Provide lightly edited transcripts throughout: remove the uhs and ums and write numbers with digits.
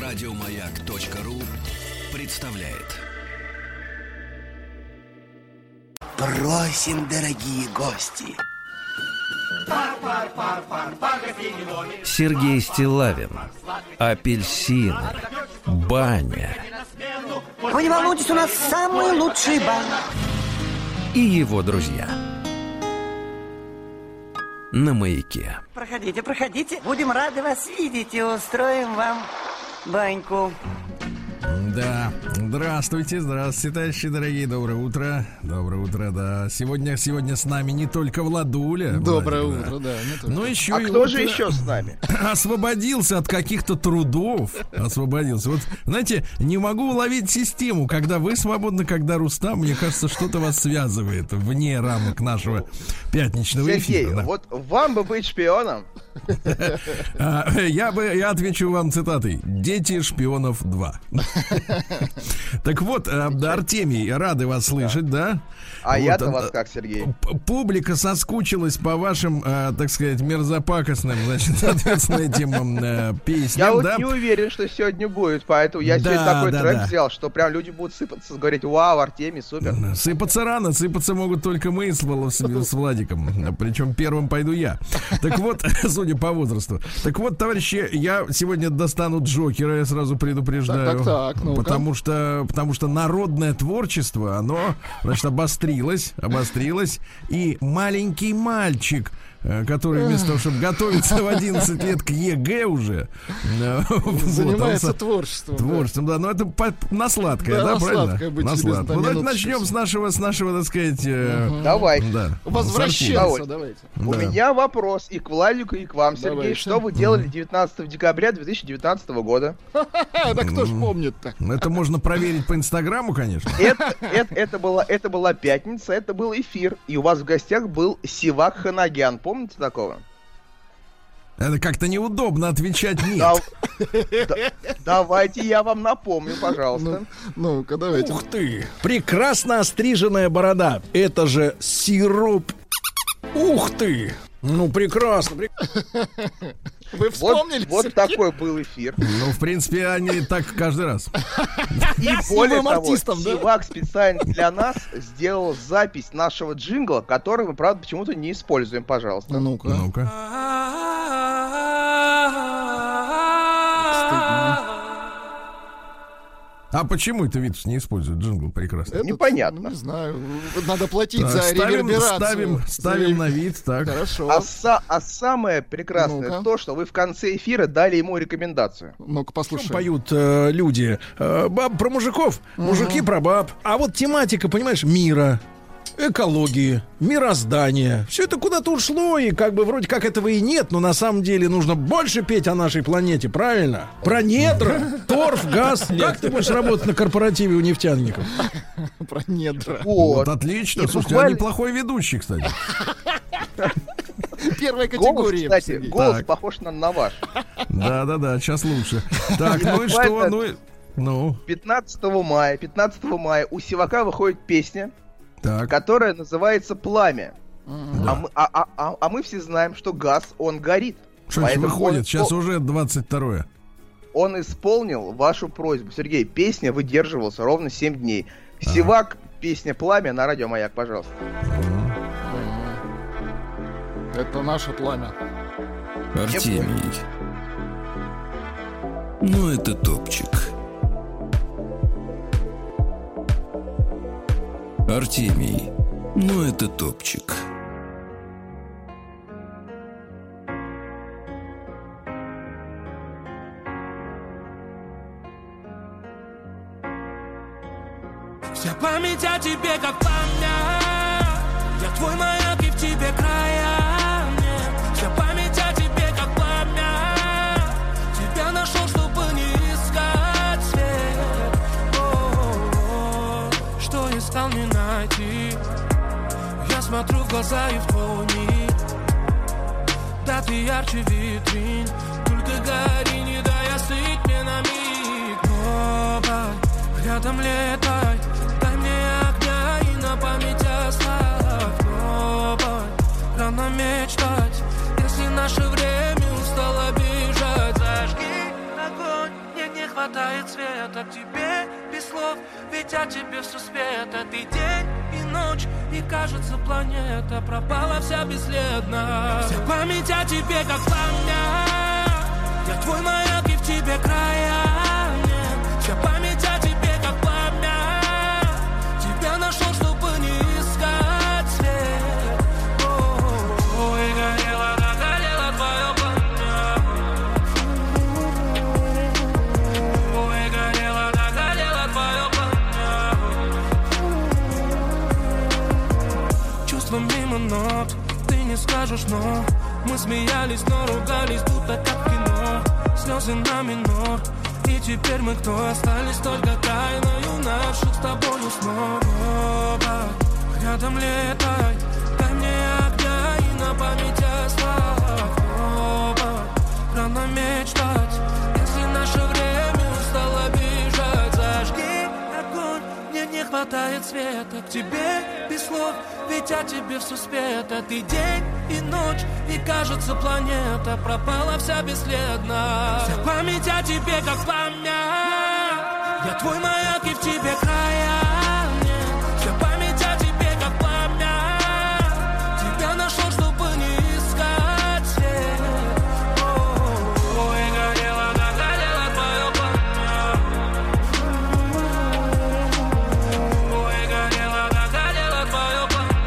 Радиомаяк.ру представляет. Просим, дорогие гости. Сергей Стиллавин. Апельсины. Баня. Вы не волнуйтесь, у нас самые лучшие бани. И его друзья. На Маяке. Проходите, проходите. Будем рады вас видеть и устроим вам баньку. Да, здравствуйте, товарищи дорогие, доброе утро, да. Сегодня с нами не только Владуля. Доброе Владик, утро, да. Но еще и кто же еще с нами? Освободился от каких-то трудов, освободился. Вот, знаете, не могу уловить систему, когда вы свободны, когда Рустам, мне кажется, что-то вас связывает вне рамок нашего пятничного эфира. Сергей, Да. вот вам бы быть шпионом. Я отвечу вам цитатой: «Дети шпионов 2». Так вот, Артемий, рады вас слышать, да? А вот, я-то вас как, Сергей? Публика соскучилась по вашим, так сказать, мерзопакостным, значит, соответственно, этим песням. Я вот да? не уверен, что сегодня будет, поэтому я сегодня такой трек взял, что прям люди будут сыпаться, говорить: вау, Артемий, супер. Сыпаться рано, сыпаться могут только мы с Владиком, причем первым пойду я. Так вот, судя по возрасту. Так вот, товарищи, я сегодня достану Джокера, я сразу предупреждаю. Так, ну-ка. Потому что народное творчество, оно, значит, обострилось, и маленький мальчик, который вместо того, чтобы готовиться в 11 лет к ЕГЭ уже, занимается творчеством. Творчеством, да, но это на сладкое, да, правильно? На сладкое. Ну, давайте начнем с нашего, так сказать... Давайте. Да, возвращаться, давайте. У меня вопрос и к Владику, и к вам, Сергей. Давайте. Что вы делали 19 декабря 2019 года? Да кто ж помнит-то? Это можно проверить по Инстаграму, конечно. Это была пятница, это был эфир. И у вас в гостях был Сивак Ханагян. Помните такого? Это как-то неудобно отвечать «нет». Давайте я вам напомню, пожалуйста. Ну-ка, давайте. Ух ты! Прекрасно остриженная борода. Это же сироп. Ух ты! Ну, прекрасно. Вы вспомнили? Вот такой был эфир. Ну, в принципе, они так каждый раз. И более того, артистом, да? Сивак специально для нас сделал запись нашего джингла, который мы, правда, почему-то не используем, пожалуйста. Ну-ка. А почему это Витус не использует джингл прекрасно? Непонятно. Не знаю. Надо платить за Ставим реверберацию. на вид, так. Хорошо. А самое прекрасное Ну-ка. то, что вы в конце эфира дали ему рекомендацию. Ну-ка, послушай. Поют люди. Баб про мужиков, мужики про баб. А вот тематика, понимаешь, мира, экологии, мироздания. Все это куда-то ушло, и как бы вроде как этого и нет, но на самом деле нужно больше петь о нашей планете, правильно? Про недра, торф, газ. Как ты будешь работать на корпоративе у нефтяников? Про недра. Вот, отлично. И Слушайте, буквально- неплохой ведущий, кстати. Первой Голос, категории. кстати, Сергей. голос Так. похож на ваш. Да, сейчас лучше. Так, И ну и что? буквально- Ну, 15 мая у Сивака выходит песня, так. которая называется «Пламя». А мы все знаем, что газ, он горит. Что ж Поэтому выходит? Сейчас уже 22-е. Он исполнил вашу просьбу. Сергей, песня выдерживалась ровно 7 дней. Сивак, песня «Пламя» на радио «Маяк», пожалуйста. Это наше пламя. Артемий. Ну, это топчик. Артемий. Ну, это топчик. Вся память о тебе как пламя. Я твой маяк и в тебе края. Вся память о тебе как пламя. Тебя нашел, чтобы не искать свет. О-о-о, что искал, не найти. Я смотрю в глаза и в твой миг. Да ты ярче витрин. Только гори, не дай остыть мне на миг. Пробай, рядом летай. Дай мне огня и на память оставь. Пробай, рано мечтать. Если наше время устало бежать, зажги огонь, мне не хватает. света к тебе без слов, ведь о тебе все света. Ты день и ночь, и кажется планета пропала вся бесследно. Вся память о тебе как пламя, я твой маяк и в тебе края нет. Вся память о тебе как пламя, тебя нашел, чтобы не искать свет. Ой, горело, да горело твое пламя. Ой, горело, да горело твое пламя. Чувства мимо нот, ты не скажешь но. Мы смеялись, но ругались, будто как кино. Слезы на минор, и теперь мы кто? Остались только тайною наших с тобою снов. Оба рядом летай, дай мне огня и на память оставь. Оба рано мечтать, если наше время устало бежать. Зажги огонь, мне не хватает света к тебе без слов, ведь о тебе все спето. Ты день и ночь, и кажется планета пропала вся бесследно. Вся память о тебе как пламя, я твой маяк и в тебе края нет. Вся память о тебе как пламя, тебя нашел, чтобы не искать свет. Ой, горело, да горело твое пламя. Ой, горело, да горело твое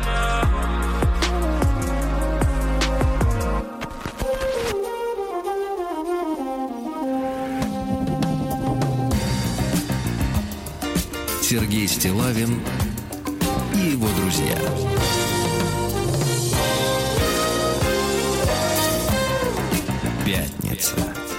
Сергей Стиллавин и его друзья. Пятница.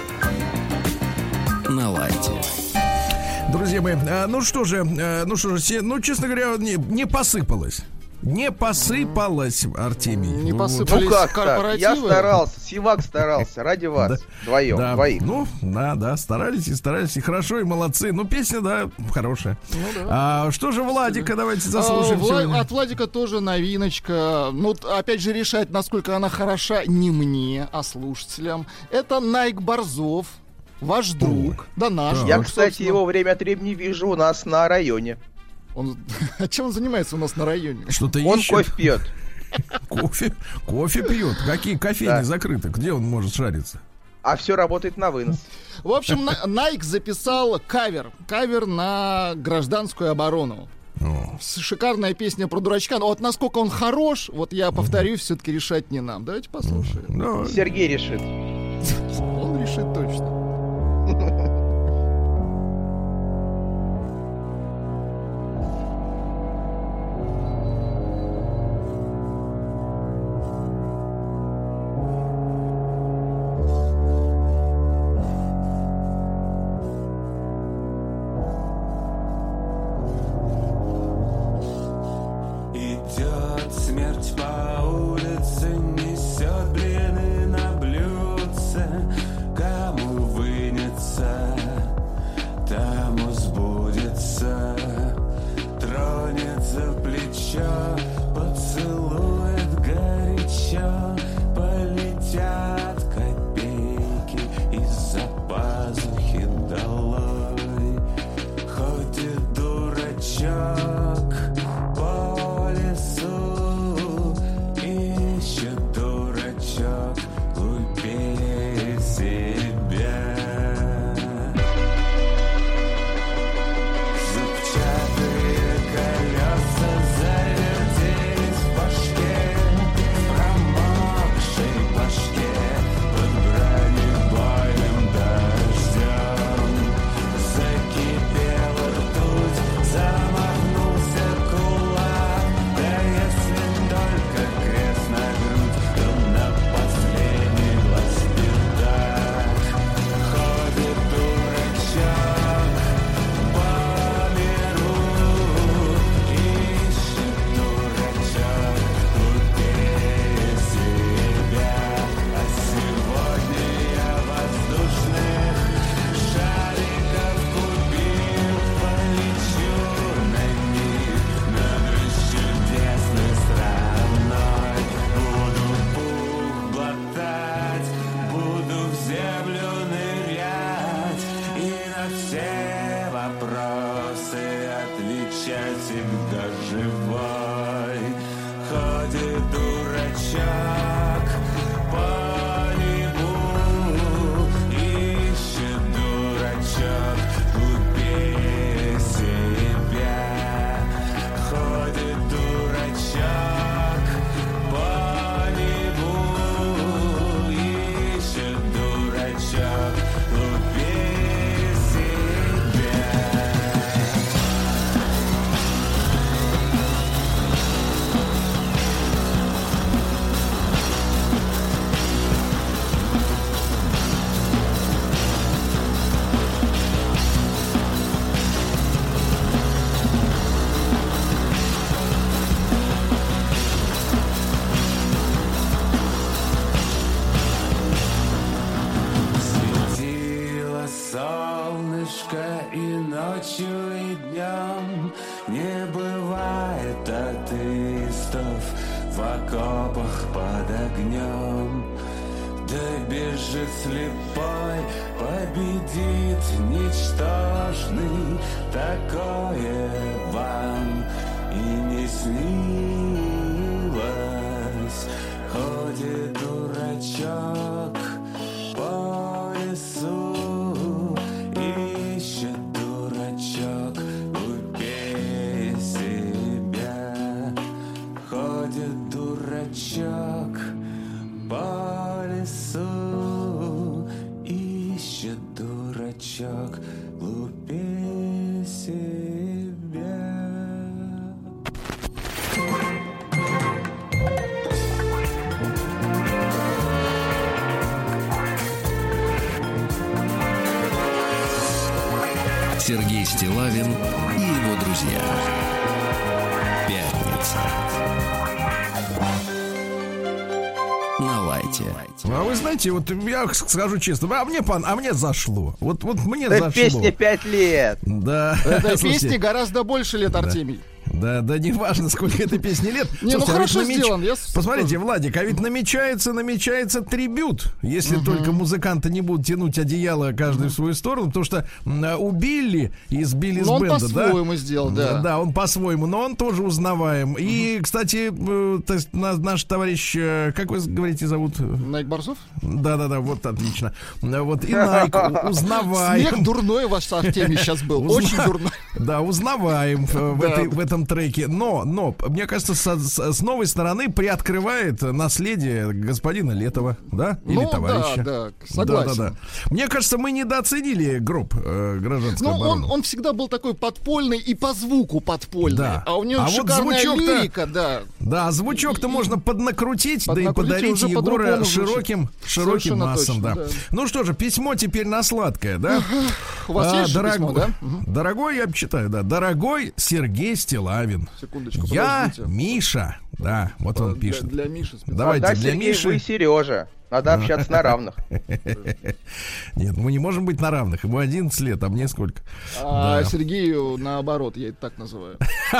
На лайте. Друзья мои, ну что же, честно говоря, не посыпалось. Не посыпалось, Артемий. Не Вот. посыпались. Ну как так? Корпоративы? Я старался, Сивак старался ради вас. Вдвоем, Да, двоих. ну, да, старались, и хорошо, и молодцы. Ну, песня, да, хорошая. Что же Владика, давайте заслушаем сегодня. От Владика тоже новиночка. Ну, опять же, решать, насколько она хороша, не мне, а слушателям. Это Найк Борзов, ваш друг. Да, наш Я, друг, кстати, собственно. его время от времени вижу у нас на районе. А чем он занимается у нас на районе? Что-то Он ищет. кофе пьет. Кофе пьет. Какие кофейни Да. закрыты? Где он может шариться? А все работает на вынос. В общем, Найк записал кавер на гражданскую оборону. Шикарная песня про дурачка. Но вот насколько он хорош, вот я повторюсь, все-таки решать не нам. Давайте послушаем. Ну, Сергей решит. Он решит точно. Идет смерть по улице, несет блины на блюдце. Кому вынется дурачок по небу, ищет дурачок глупее себя. Ходит дурачок по небу, ищет дурачок глупее себя. Светило солнышко и ночью, и днем. Не бывает атеистов в окопах под огнем. Да бежит слепой, победит ничтожный. Такое вам и не снилось. Ходит дурачок по лесу, ищет дурачок глупее себя. Ходит дурачок по лесу, ищет дурачок глупее себя. Сергей Стиллавин и его друзья. Пятница. На лайте. А вы знаете, вот я скажу честно, а мне зашло. Вот мне Да зашло. песне 5 лет. Да. Этой Слушайте, песне гораздо больше лет, Артемий. Да, не важно, сколько этой песни лет. Не, ну Слушайте, а хорошо ведь сделан. Посмотрите, Владик, а ведь намечается трибют, если только музыканты не будут тянуть одеяло каждый в свою сторону, потому что у Билли из Биллис Но он Бенда, по-своему сделал, да. Да, он по-своему, но он тоже узнаваем. И, кстати, наш товарищ, как вы говорите, зовут? Найк Борзов? Да, вот отлично. Вот и Найк узнаваем. Смех дурной ваш, Артемий, сейчас был. Очень дурной. Да, узнаваем в этом треке. Но, мне кажется, с новой стороны приоткрывает наследие господина Летова, да? Или товарища. Да, согласен. Да. Мне кажется, мы недооценили гроб гражданского обороны. Он всегда был такой подпольный и по звуку подпольный. Да. А у него шикарная лирика, да. Да, звучок-то можно поднакрутить, да и подарить уже Егора по-другому широким массам, точно, да. Ну что же, письмо теперь на сладкое, да? У вас есть же письмо, да? Дорогой, я читаю, да. Дорогой Сергей Стиллавин. Секундочку, я подождите. Миша. Да, вот он пишет. Для Миши специально. Давайте, Да, для Сергей, Миши. вы Сережа. Надо общаться на равных. Нет, мы не можем быть на равных. Ему 11 лет, а мне сколько? А Сергею наоборот, я это так называю.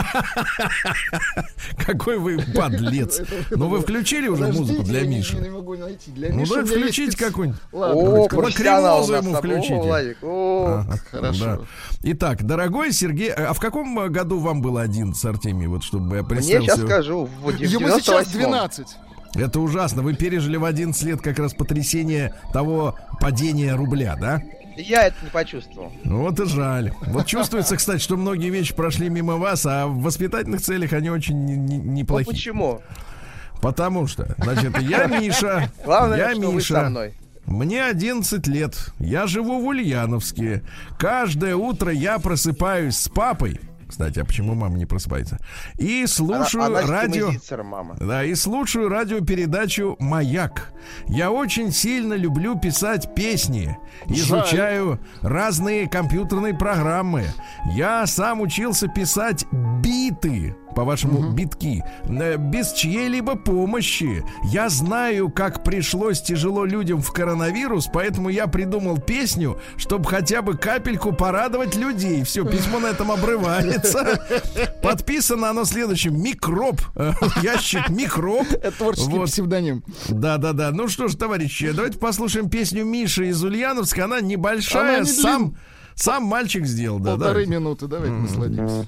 Какой вы подлец. Ну вы включили уже музыку для Миши? Я не могу найти. Для Ну Миши да, у меня есть включите какую-нибудь. О, профессионал у Лакримозу нас ему там. включите. О, Владик, о. Хорошо. Да. Итак, дорогой Сергей, а в каком году вам было 11, Артемий? Вот чтобы я Мне представил сейчас себе. скажу, в Ему сейчас 98-м. 12. Это ужасно. Вы пережили в 11 лет как раз потрясение того падения рубля, да? Я это не почувствовал. Ну вот и жаль. Вот чувствуется, кстати, что многие вещи прошли мимо вас, а в воспитательных целях они очень Ну неплохие. почему? Потому что, значит, я Миша. Главное, я что вы со Миша. мной. Мне 11 лет. Я живу в Ульяновске. Каждое утро я просыпаюсь с папой. Кстати, а почему мама не просыпается? И слушаю Она радио. мама. Да, и слушаю радиопередачу «Маяк». Я очень сильно люблю писать песни. Изучаю разные компьютерные программы. Я сам учился писать биты, по-вашему, битки, без чьей-либо помощи. Я знаю, как пришлось тяжело людям в коронавирус, поэтому я придумал песню, чтобы хотя бы капельку порадовать людей. Все, письмо на этом обрывается. Подписано оно следующим: Микроб. Ящик Микроб. Это творческий псевдоним. Да. Ну что ж, товарищи, давайте послушаем песню Миши из Ульяновска. Она небольшая, Она не сам мальчик сделал. Да, 1,5 минуты, давайте насладимся.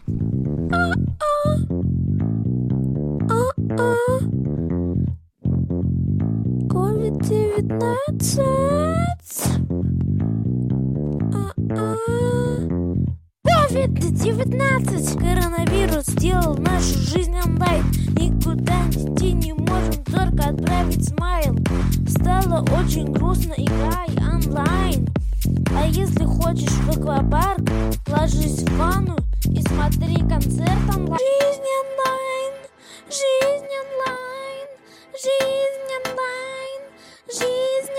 COVID-19. Коронавирус сделал нашу жизнь онлайн. Никуда идти не можем, только отправить смайл. Стало очень грустно, играй онлайн. А если хочешь в аквапарк, ложись в ванну и смотри концерт онлайн. Жизнь онлайн, жизнь онлайн, жизнь онлайн, жизнь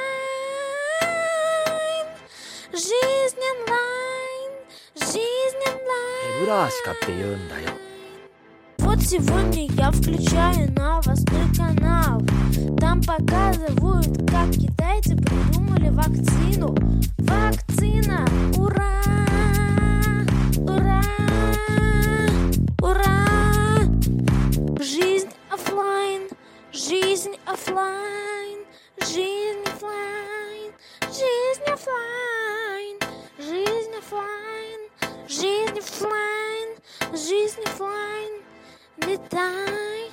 онлайн, жизнь онлайн, жизнь онлайн. Вот сегодня я включаю новостной канал. Там показывают, как китайцы придумали вакцину. Вакцина! Ура! Ура! Ура! Жизнь офлайн, жизнь офлайн, жизнь офлайн, жизнь офлайн, жизнь офлайн, жизнь офлайн, жизнь офлайн. Летай.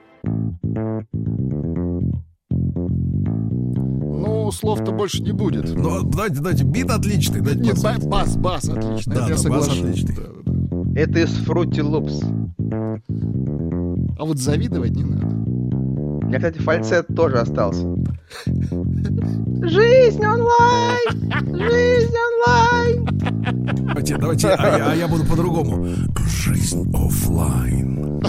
Ну, слов-то больше не будет. Ну, дайте, бит отличный. Нет, бас отличный. Да, я соглашусь. бас отличный. Да. Это из Fruity Loops. А вот завидовать не надо. У меня, кстати, фальцет тоже остался. Жизнь онлайн! Жизнь онлайн! Давайте, а я буду по-другому. Жизнь офлайн.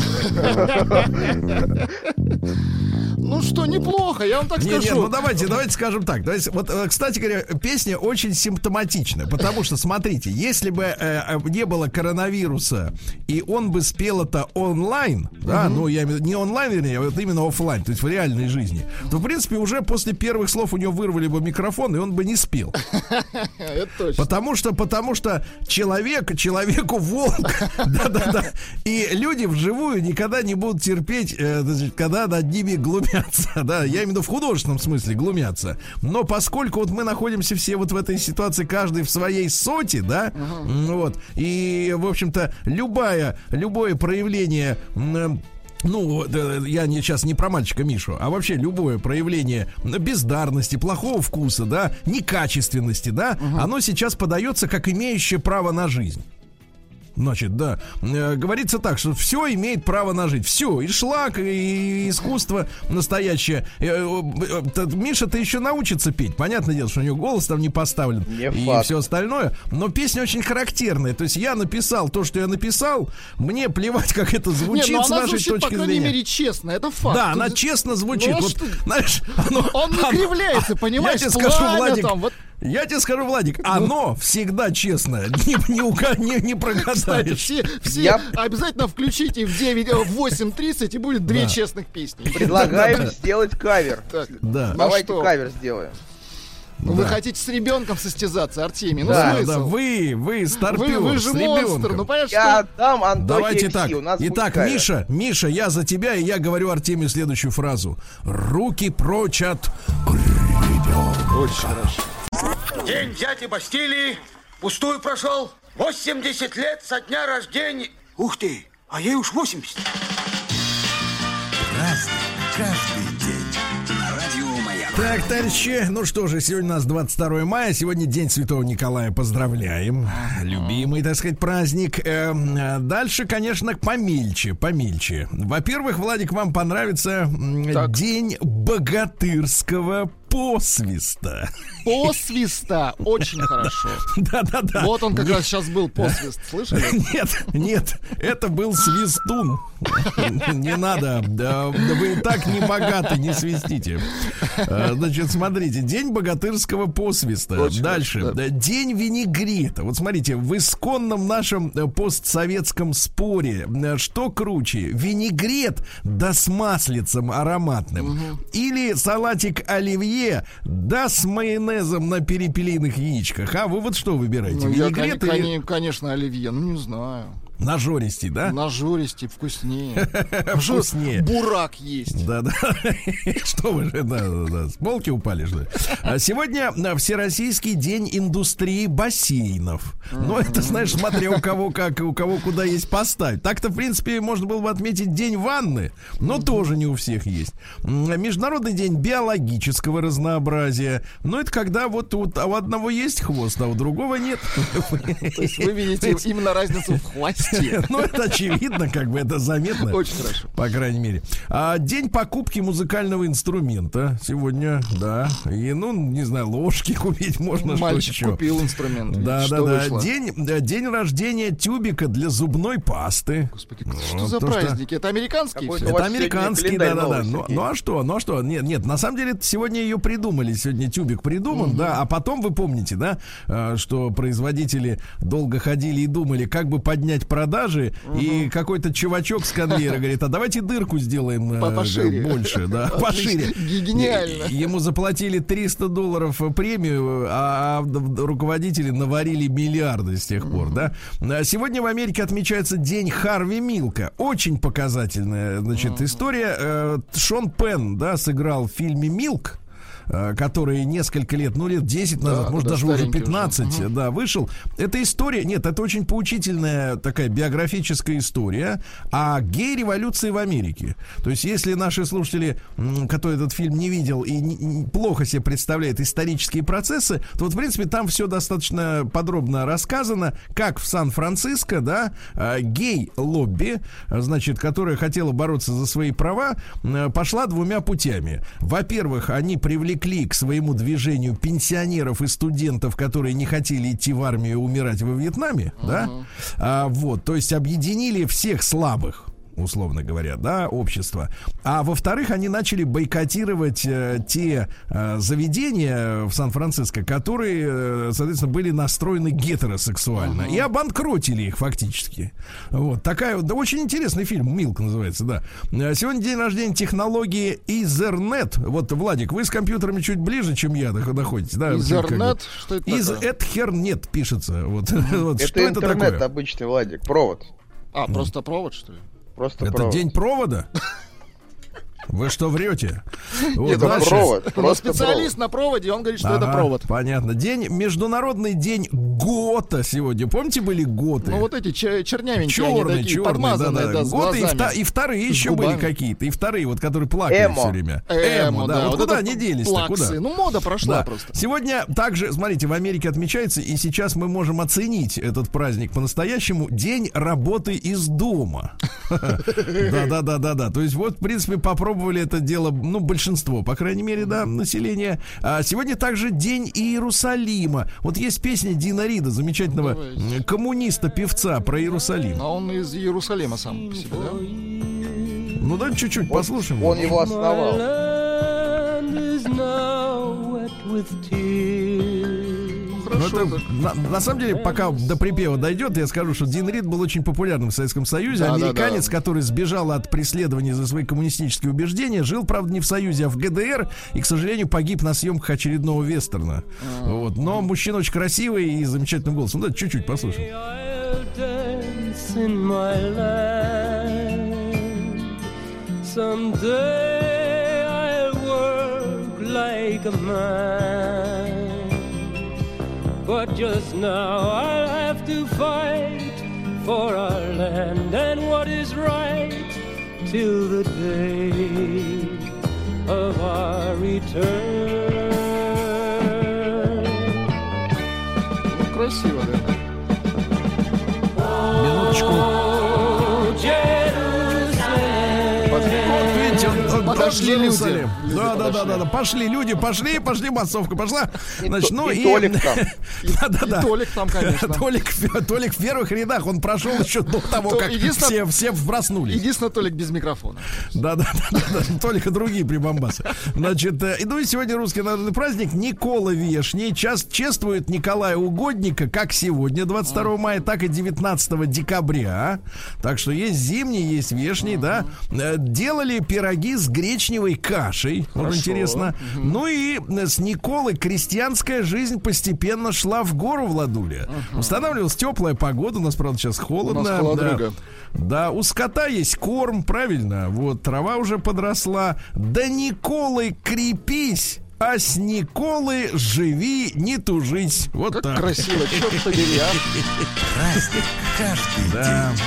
Ну что, неплохо, я вам так скажу. Нет, ну давайте скажем так. Вот, кстати говоря, песня очень симптоматичная, потому что, смотрите, если бы не было коронавируса, и он бы спел это онлайн, да, ну, я имею в виду не онлайн, вернее, а вот именно офлайн, то есть в реальной жизни, то, в принципе, уже после первых слов у него вырвали бы микрофон, и он бы не спел. Это точно. Потому что человеку волк, да-да-да, и люди вживую никогда не будут терпеть, когда над ними глумятся, да, я имею в виду в художественном смысле глумятся, но поскольку вот мы находимся все вот в этой ситуации, каждый в своей соте, да, вот, и, в общем-то, любое проявление... Ну, я сейчас не про мальчика Мишу, а вообще любое проявление бездарности, плохого вкуса, да, некачественности, да, оно сейчас подается как имеющее право на жизнь. Значит, да, говорится так, что все имеет право на жизнь. Все, и шлак, и искусство настоящее. Миша-то еще научится петь. Понятное дело, что у него голос там не поставлен. И все остальное. Но песня очень характерная. То есть я написал то, что я написал. Мне плевать, как это звучит. Нет, с нашей звучит, точки по крайней зрения. мере, честно. Это факт. Да, она честно звучит. Ну, вот, знаешь, он не кривляется, понимаешь? Я тебе скажу, Владик, там, вот. Я тебе скажу, Владик, оно всегда честное. Не прогадаешь. Все обязательно включите в 8:30 и будет 2 честных песни. Предлагаем сделать кавер. Да. Давайте кавер сделаем. Ну, вы хотите с ребенком состязаться, Артемий? Ну, да, смысл? Да, вы старпер, вы же с монстр, ребенком. ну, понимаешь, я отдам Антохе. Давайте так. У нас Итак, Миша, я за тебя, и я говорю Артемию следующую фразу. Руки прочь от ребенка. Очень хорошо. День дяди Бастилии пустую прошел. 80 лет со дня рождения. Ух ты, а ей уж 80. Разный каждый день. На радио Маяк. Так, товарищи, ну что же, сегодня у нас 22 мая, сегодня День Святого Николая, поздравляем. Любимый, так сказать, праздник. Дальше, конечно, помельче. Во-первых, Владик, вам понравится День богатырского посвиста. Посвиста, очень хорошо. Да. Вот он как раз сейчас был посвист, слышали? Нет, это был свистун. Не надо, вы и так не богаты, не свистите. Значит, смотрите, День богатырского посвиста. Очень дальше, День винегрета. Вот смотрите, в исконном нашем постсоветском споре, что круче, винегрет да с маслицем ароматным, или салатик оливье да с майонезом на перепелиных яичках. А вы вот что выбираете? Ну, винегрет или... Конечно, оливье, ну не знаю. Нажористей, да? Нажористей, вкуснее. Вкуснее. Бурак есть. Да-да. Что вы же, да, с полки упали, что ли? Сегодня Всероссийский день индустрии бассейнов. Ну, это, знаешь, смотря у кого как, у кого куда есть поставить. Так-то, в принципе, можно было бы отметить день ванны, но тоже не у всех есть. Международный день биологического разнообразия. Ну, это когда вот у одного есть хвост, а у другого нет. То есть вы видите именно разницу в хвосте. Ну, это очевидно, как бы это заметно. Очень хорошо. По крайней мере. День покупки музыкального инструмента сегодня, да. И, ну, не знаю, ложки купить можно. Мальчик что еще. Купил инструмент. Да. День рождения тюбика для зубной пасты. Господи, что за праздники? Это американские? Это американские, да. Ну а что? Нет, на самом деле сегодня ее придумали. Сегодня тюбик придуман, да. А потом вы помните, да, что производители долго ходили и думали, как бы поднять продажи, и какой-то чувачок с конвейера говорит: а давайте дырку сделаем пошире. Больше, да, пошире. Гениально. Ему заплатили $300 премию, а руководители наварили миллиарды с тех пор, да. Сегодня в Америке отмечается день Харви Милка. Очень показательная, значит, история. Шон Пенн, да, сыграл в фильме «Милк», который несколько лет, лет 10 назад, да, может, даже уже 15, да, вышел. Это история, нет, это очень поучительная такая биографическая история о гей-революции в Америке. То есть, если наши слушатели, кто этот фильм не видел и плохо себе представляют исторические процессы, то вот, в принципе, там все достаточно подробно рассказано, как в Сан-Франциско, да, гей-лобби, значит, которая хотела бороться за свои права, пошла двумя путями. Во-первых, они привлекли к своему движению пенсионеров и студентов, которые не хотели идти в армию и умирать во Вьетнаме, да, вот, то есть объединили всех слабых, условно говоря, да, общество. А во-вторых, они начали бойкотировать те заведения в Сан-Франциско, которые, соответственно, были настроены гетеросексуально. И обанкротили их фактически. Вот. Такая, да, очень интересный фильм. «Милк» называется, да. Сегодня день рождения технологии Ethernet. Вот, Владик, вы с компьютерами чуть ближе, чем я, находитесь. Да? Ethernet? Что это такое? Ethernet пишется. Вот. Вот. Это что интернет это такое? Обычный, Владик, провод. Просто провод, что ли? Просто это провод. День провода? Вы что, врете? Вот, это провод. Просто специалист на проводе, он говорит, что это провод. Понятно. Международный день гота сегодня. Помните, были готы? Ну, вот эти чернявенькие, такие, подмазанные, да, с готы глазами. И вторые еще были какие-то. И вторые, вот, которые плакали все время. Эмо, да. Вот куда они делись-то? Куда? Ну, мода прошла просто. Сегодня также, смотрите, в Америке отмечается, и сейчас мы можем оценить этот праздник по-настоящему, День работы из дома. Да. То есть, вот, в принципе, попробовали это дело, большинство, по крайней мере, да, населения. А сегодня также День Иерусалима. Вот есть песня Дина Рида, замечательного коммуниста-певца про Иерусалим. А он из Иерусалима сам по себе, да? Ну да, чуть-чуть послушаем. Он его основал. Это, на самом деле, пока до припева дойдет, я скажу, что Дин Рид был очень популярным в Советском Союзе. Американец, который сбежал от преследований за свои коммунистические убеждения, жил, правда, не в Союзе, а в ГДР, и, к сожалению, погиб на съемках очередного вестерна. Вот. Но мужчина очень красивый и замечательным голосом. Ну, да, чуть-чуть послушаем. But just now I'll have to fight for our land and what is right till the day of our return. Красиво, да? Минуточку. Подошли люди. Да. Пошли люди, пошли массовка пошла. Значит, и Толик там. Да. Толик там, конечно. Толик в первых рядах, он прошел еще до того, как все проснулись. Единственное, Толик без микрофона. Да. Толик и другие прибамбасы. Значит, и сегодня русский народный праздник Никола Вешний. Чествует Николая Угодника как сегодня, 22 мая, так и 19 декабря. Так что есть зимний, есть вешний, да. Делали пироги с гречневой кашей. Николой. Вот интересно. Ну и с Николой крестьянская жизнь постепенно шла в гору, Владуля. Устанавливалась теплая погода. У нас, правда, сейчас холодно. У нас холодрыга. Да, у скота есть корм, правильно. Вот, трава уже подросла. Да, Николы, крепись, а с Николы живи, не тужись. Вот как так. Красиво, черт побери, а. Праздник каждый день.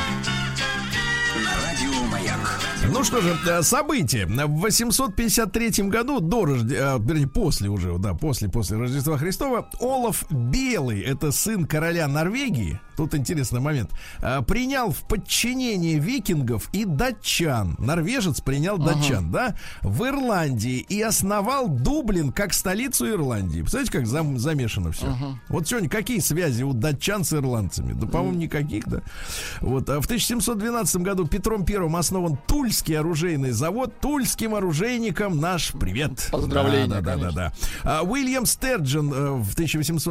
Ну что же, события. В 853 году, после Рождества Христова, Олаф Белый, это сын короля Норвегии, тут интересный момент, принял в подчинение викингов и датчан. Норвежец принял датчан, да, в Ирландии и основал Дублин как столицу Ирландии. Представляете, как замешано все? Вот сегодня какие связи у датчан с ирландцами? Да, по-моему, никаких, да. Вот, в 1712 году Петром I основан Тульский оружейный завод. Тульским оружейникам наш привет. Поздравления, да. Уильям Стерджен в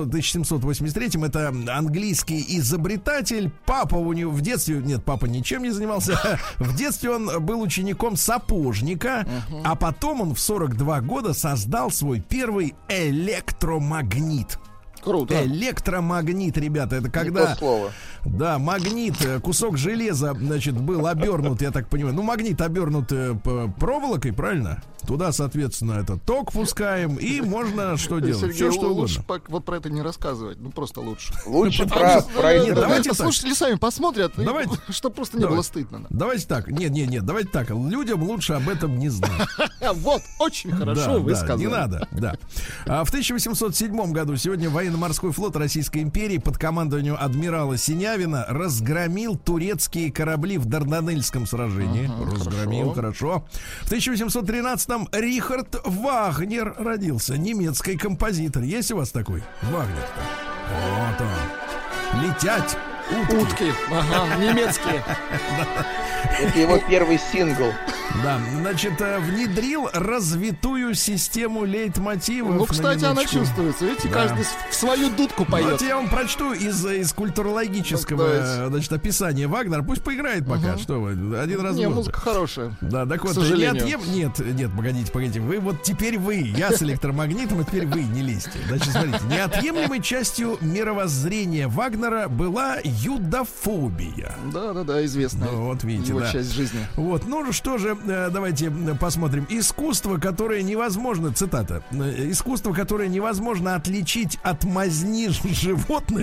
1783 это английский изобретатель. Папа у него в детстве, нет, папа ничем не занимался. В детстве он был учеником сапожника, а потом он в 42 года создал свой первый электромагнит. Круто. Электромагнит, ребята, это когда... Да, магнит, кусок железа, значит, был обернут, я так понимаю. Ну, магнит обернут проволокой, правильно? Туда, соответственно, это ток пускаем, и можно что делать? Сергей, все, что лучше угодно. Вот про это не рассказывать. Ну, просто лучше. Лучше про давайте слушатели сами посмотрят, чтобы просто не было стыдно. Давайте так. Нет, давайте так. Людям лучше об этом не знать. Вот, очень хорошо вы сказали. Не надо, да. В 1807 году сегодня военно-морской флот Российской империи под командованием адмирала Синявина разгромил турецкие корабли в Дарданельском сражении. Разгромил, хорошо. В 1813-м Рихард Вагнер родился, немецкий композитор. Есть у вас такой? Вагнер-то. Вот он. Летять. Утки. Ага, немецкие. Это его первый сингл. Да, значит, внедрил развитую систему лейтмотивов. Ну, кстати, она чувствуется. Видите, каждый в свою дудку поет. Вот я вам прочту из культурологического, значит, описания Вагнера. Пусть поиграет пока. Что вы, один раз. Не, музыка хорошая. Да, так вот, нет, погодите. Теперь вы, я с электромагнитом, а теперь вы, не лезьте. Значит, смотрите, неотъемлемой частью мировоззрения Вагнера была юдофобия. Да, известная. Ну, вот видите, его часть жизни. Вот, ну что же, давайте посмотрим. Искусство, которое невозможно, цитата, искусство, которое невозможно отличить от мазни животных.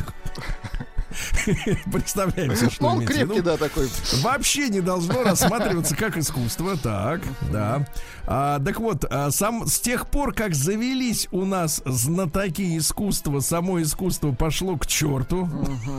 Представляете, что он крепкий, да, такой. Вообще не должно рассматриваться как искусство. Так, да. Так вот, с тех пор, как завелись у нас знатоки искусства, само искусство пошло к черту.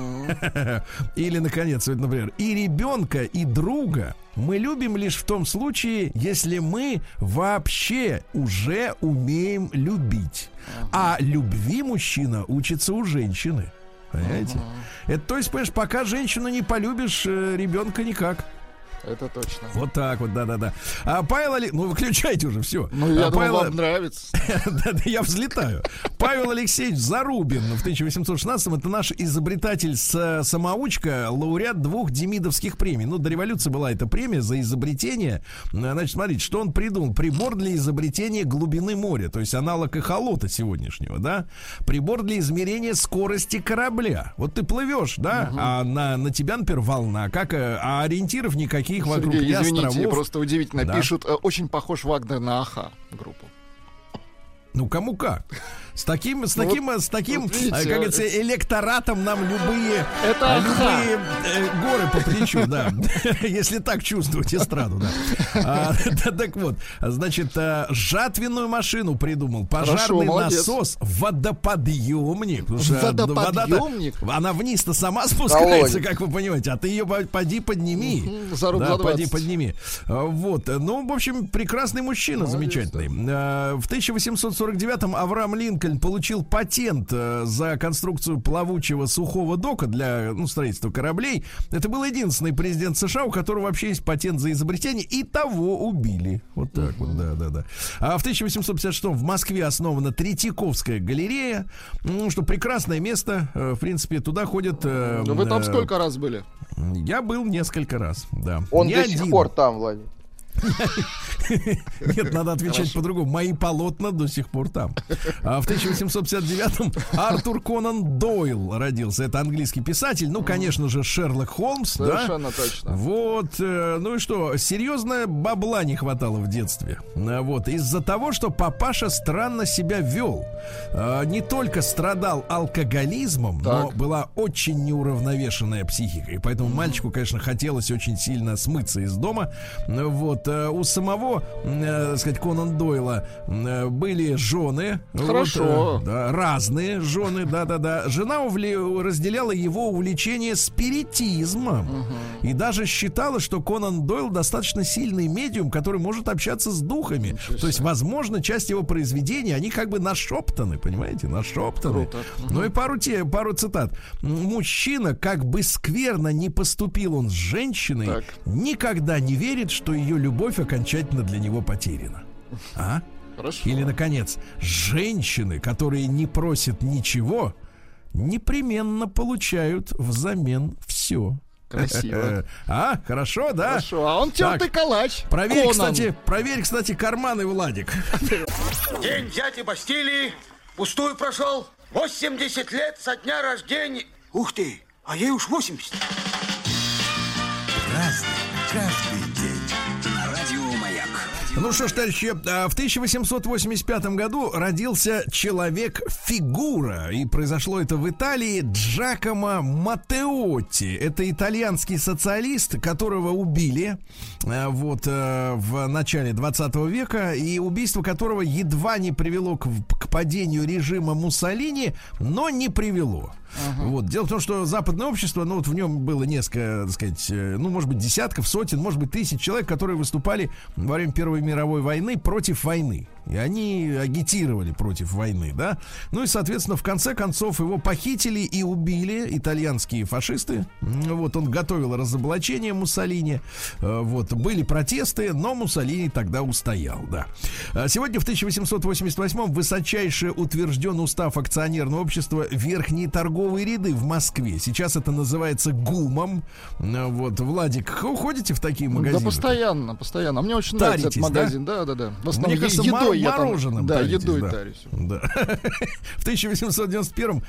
Или, наконец, например, и ребенка, и друга мы любим лишь в том случае, если мы вообще уже умеем любить. А любви мужчина учится у женщины. Понимаете? Это, то есть, понимаешь, пока женщину не полюбишь, ребенка никак. Это точно. Вот так вот, да. Павел Алексеевич, ну выключайте уже, все. Ну, я думаю, вам нравится. Да, я взлетаю. Павел Алексеевич Зарубин в 1816-м это наш изобретатель-самоучка, лауреат 2 Демидовских премий. Ну, до революции была эта премия за изобретение. Значит, смотрите, что он придумал. Прибор для изобретения глубины моря, то есть аналог эхолота сегодняшнего, да? Прибор для измерения скорости корабля. Вот ты плывешь, да, а на тебя, например, волна. А ориентиров никаких вокруг. Сергей, извините, островов. просто удивительно. Да. Пишут, очень похож Вагнер на Аха группу. Ну, кому как. С таким, вот, как говорится, электоратом нам любые горы по плечу, да. Если так чувствовать эстраду, да. Так вот, значит, жатвенную машину придумал, пожарный насос, водоподъемник. Водоподъемник? Она вниз-то сама спускается, как вы понимаете, а ты ее поди подними. Да, поди подними. Вот, ну, в общем, прекрасный мужчина, замечательный. В 1849-м Авраам Линкольн получил патент за конструкцию плавучего сухого дока для строительства кораблей. Это был единственный президент США, у которого вообще есть патент за изобретение, и того убили. Вот так вот, да. А в 1856-м в Москве основана Третьяковская галерея. Ну, что прекрасное место. В принципе, туда ходят... Вы там сколько раз были? Я был несколько раз, да. Он до сих пор там, Владимир. Нет, надо отвечать по-другому. Мои полотна до сих пор там. А в 1859-м Артур Конан Дойл родился. Это английский писатель. Ну, конечно же, Шерлок Холмс. Совершенно точно. Вот. Ну и что? Серьезно, бабла не хватало в детстве. Вот. Из-за того, что папаша странно себя вел. Не только страдал алкоголизмом, но была очень неуравновешенная психика. И поэтому мальчику, конечно, хотелось очень сильно смыться из дома. Вот. У самого, так сказать, Конан Дойла были жены. Хорошо. Вот, да, разные жены, да-да-да. Жена разделяла его увлечение спиритизмом. И даже считала, что Конан Дойл достаточно сильный медиум, который может общаться с духами. То есть, возможно, часть его произведений, они как бы нашептаны, понимаете? Нашептаны. Круто. Ну и пару цитат. Мужчина, как бы скверно не поступил он с женщиной, никогда не верит, что ее любовь окончательно для него потеряна. А? Хорошо. Или, наконец, женщины, которые не просят ничего, непременно получают взамен все. Красиво. А, хорошо, да? Хорошо, а он тертый калач. Проверь, кстати, карманы, Владик. День взятия Бастилии пустую прошел. 80 лет со дня рождения. Ух ты, а ей уж 80. Разный, каждый день. На радио Маяк. Ну что ж, товарищи, в 1885 году родился человек-фигура. И произошло это в Италии. Джакомо Маттеотти. Это итальянский социалист, которого убили в начале 20 века. И убийство которого едва не привело к падению режима Муссолини, но не привело. Вот. Дело в том, что западное общество, ну вот в нем было несколько, так сказать, ну может быть десятков, сотен, может быть тысяч человек, которые выступали во время Первой мировой войны против войны. И они агитировали против войны, да. Ну и, соответственно, в конце концов его похитили и убили итальянские фашисты. Вот, он готовил разоблачение Муссолини. Вот, были протесты, но Муссолини тогда устоял, да. Сегодня в 1888-м высочайше утвержден устав акционерного общества «Верхние торговые ряды» в Москве. Сейчас это называется ГУМом. Вот, Владик, ходите в такие магазины? Да, постоянно. Мне очень нравится этот магазин, да. В основном мне кажется, едой мороженым да, таритесь, едой да. тарюсь. Да. В 1891-м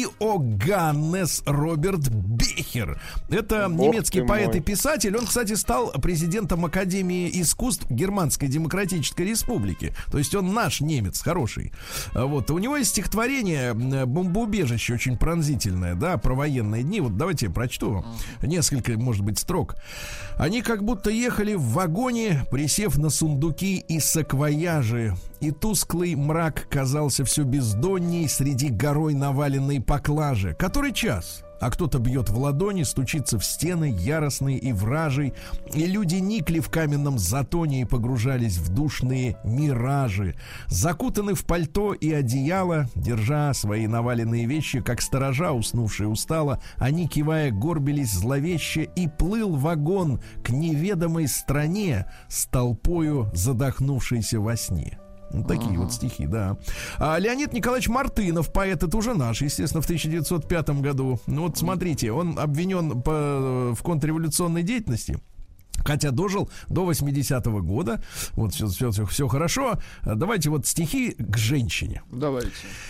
Иоганнес Роберт Бехер. Это немецкий поэт и писатель. Он, кстати, стал президентом Академии искусств Германской Демократической Республики. То есть он наш немец, хороший. Вот. У него есть стихотворение «Бомбоубежище», очень пронзительное, да, про военные дни. Вот давайте я прочту вам несколько, может быть, строк. Они как будто ехали в вагоне, присев на сундуки и саквояжи, и тусклый мрак казался все бездонней среди горой наваленной поклажи. Который час? А кто-то бьет в ладони, стучится в стены, яростный и вражий, и люди никли в каменном затоне и погружались в душные миражи. Закутаны в пальто и одеяло, держа свои наваленные вещи, как сторожа, уснувшие устало, они, кивая, горбились зловеще, и плыл вагон к неведомой стране с толпою задохнувшейся во сне. Вот такие вот стихи, да. Леонид Николаевич Мартынов, поэт, это уже наш, естественно, в 1905 году. Ну вот смотрите, он обвинен в контрреволюционной деятельности, хотя дожил до 80-го года. Вот все хорошо. Давайте вот стихи к женщине. Давайте.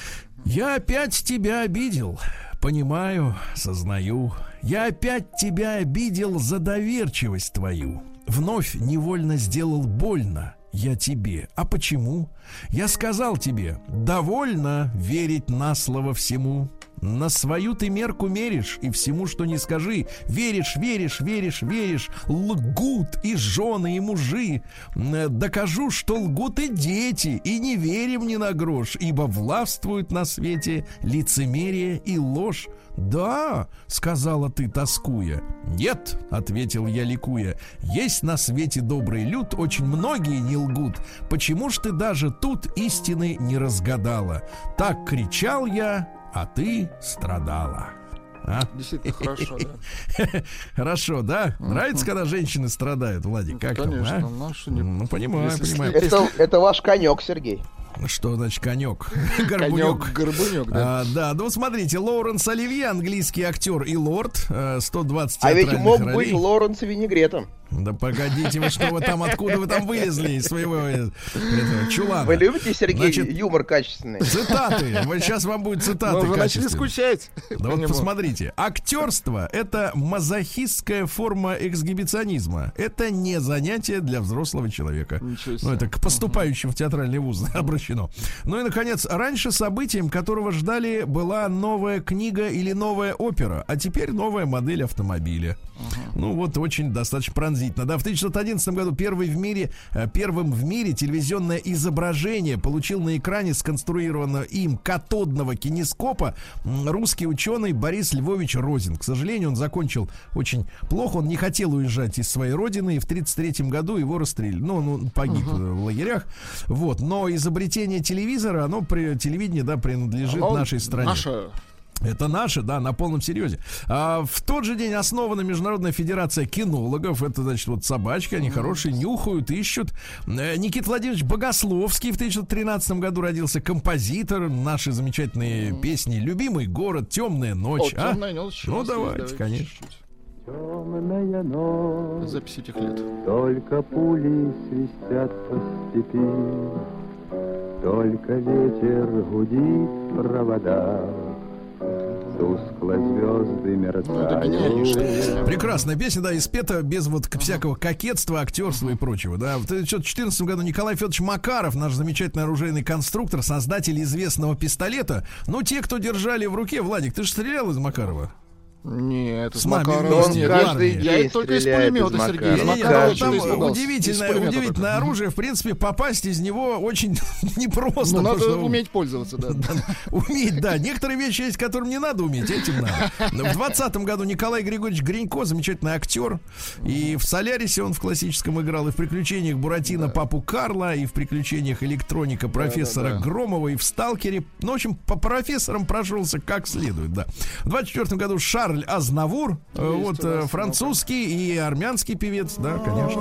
Я опять тебя обидел, понимаю, сознаю. Я опять тебя обидел за доверчивость твою. Вновь невольно сделал больно я тебе. А почему? Я сказал тебе, довольно верить на слово всему. На свою ты мерку меришь, и всему, что не скажи, веришь. Лгут и жены, и мужи. Докажу, что лгут и дети, и не верим ни на грош, ибо властвуют на свете лицемерие и ложь. «Да», — сказала ты, тоскуя. «Нет», — ответил я, ликуя. «Есть на свете добрый люд, очень многие не лгут. Почему ж ты даже тут истины не разгадала? Так кричал я, а ты страдала». Действительно хорошо, да. Хорошо, да? Нравится, когда женщины страдают, Владик? Как конечно, там, Ну, понимаю. Это ваш конек, Сергей. Что значит конек? Горбунек, да. Да, ну смотрите, Лоуренс Оливье, английский актер и лорд, 120 А ведь театральных мог ролей. быть Лоуренс Винегретом. Да погодите вы, что вы там, откуда вы там вылезли из своего этого чулана? Вы любите, Сергей, Значит, юмор качественный? цитаты. Сейчас вам будет цитаты. Мы уже начали качественные. скучать. Да вот посмотрите. Актерство — это мазохистская форма эксгибиционизма. Это не занятие для взрослого человека. Ну, это к поступающим в театральный вуз обращено. Ну и, наконец, раньше событием, которого ждали, была новая книга или новая опера, а теперь новая модель автомобиля. Ну вот очень достаточно пронзительно. Да, в 1911 году первым в мире телевизионное изображение получил на экране сконструированного им катодного кинескопа русский ученый Борис Львович Розин. К сожалению, он закончил очень плохо. Он не хотел уезжать из своей родины, и в 1933 году его расстреляли. Ну, он погиб в лагерях. Вот. Но изобретение телевизора, телевидение, да, принадлежит нашей стране. Это наше, да, на полном серьезе. В тот же день основана Международная федерация кинологов. Это, значит, вот собачки, они хорошие, нюхают, ищут. Никита Владимирович Богословский в 1913 году родился, композитор. Наши замечательные песни «Любимый город», «Темная ночь». «Темная ночь». Ну, давайте, конечно. Темная ночь. Запись этих лет. Только пули свистят по степи, только ветер гудит в проводах. Тускло звезды мерцают. Прекрасная песня, да, и спета без вот всякого кокетства, актерства и прочего, да. В 1914 году Николай Федорович Макаров, наш замечательный оружейный конструктор, создатель известного пистолета. Ну, те, кто держали в руке, Владик, ты же стрелял из Макарова? Нет, с Макарова. Он каждый день только из стреляет пулемета, из Сергей. Макарова. Там удивительное оружие. В принципе, попасть из него очень непросто. Ну, надо уметь пользоваться, да. Уметь, да. Некоторые вещи есть, которым не надо уметь, этим надо. В 20-м году Николай Григорьевич Гринько, замечательный актер. И в «Солярисе» он в классическом играл, и в «Приключениях Буратино» папу Карла, и в «Приключениях электроника» профессора Громова, и в «Сталкере». Ну, в общем, по профессорам прошелся как следует, да. В 24-м году Шарль Азнавур, вот французский и армянский певец, да, конечно.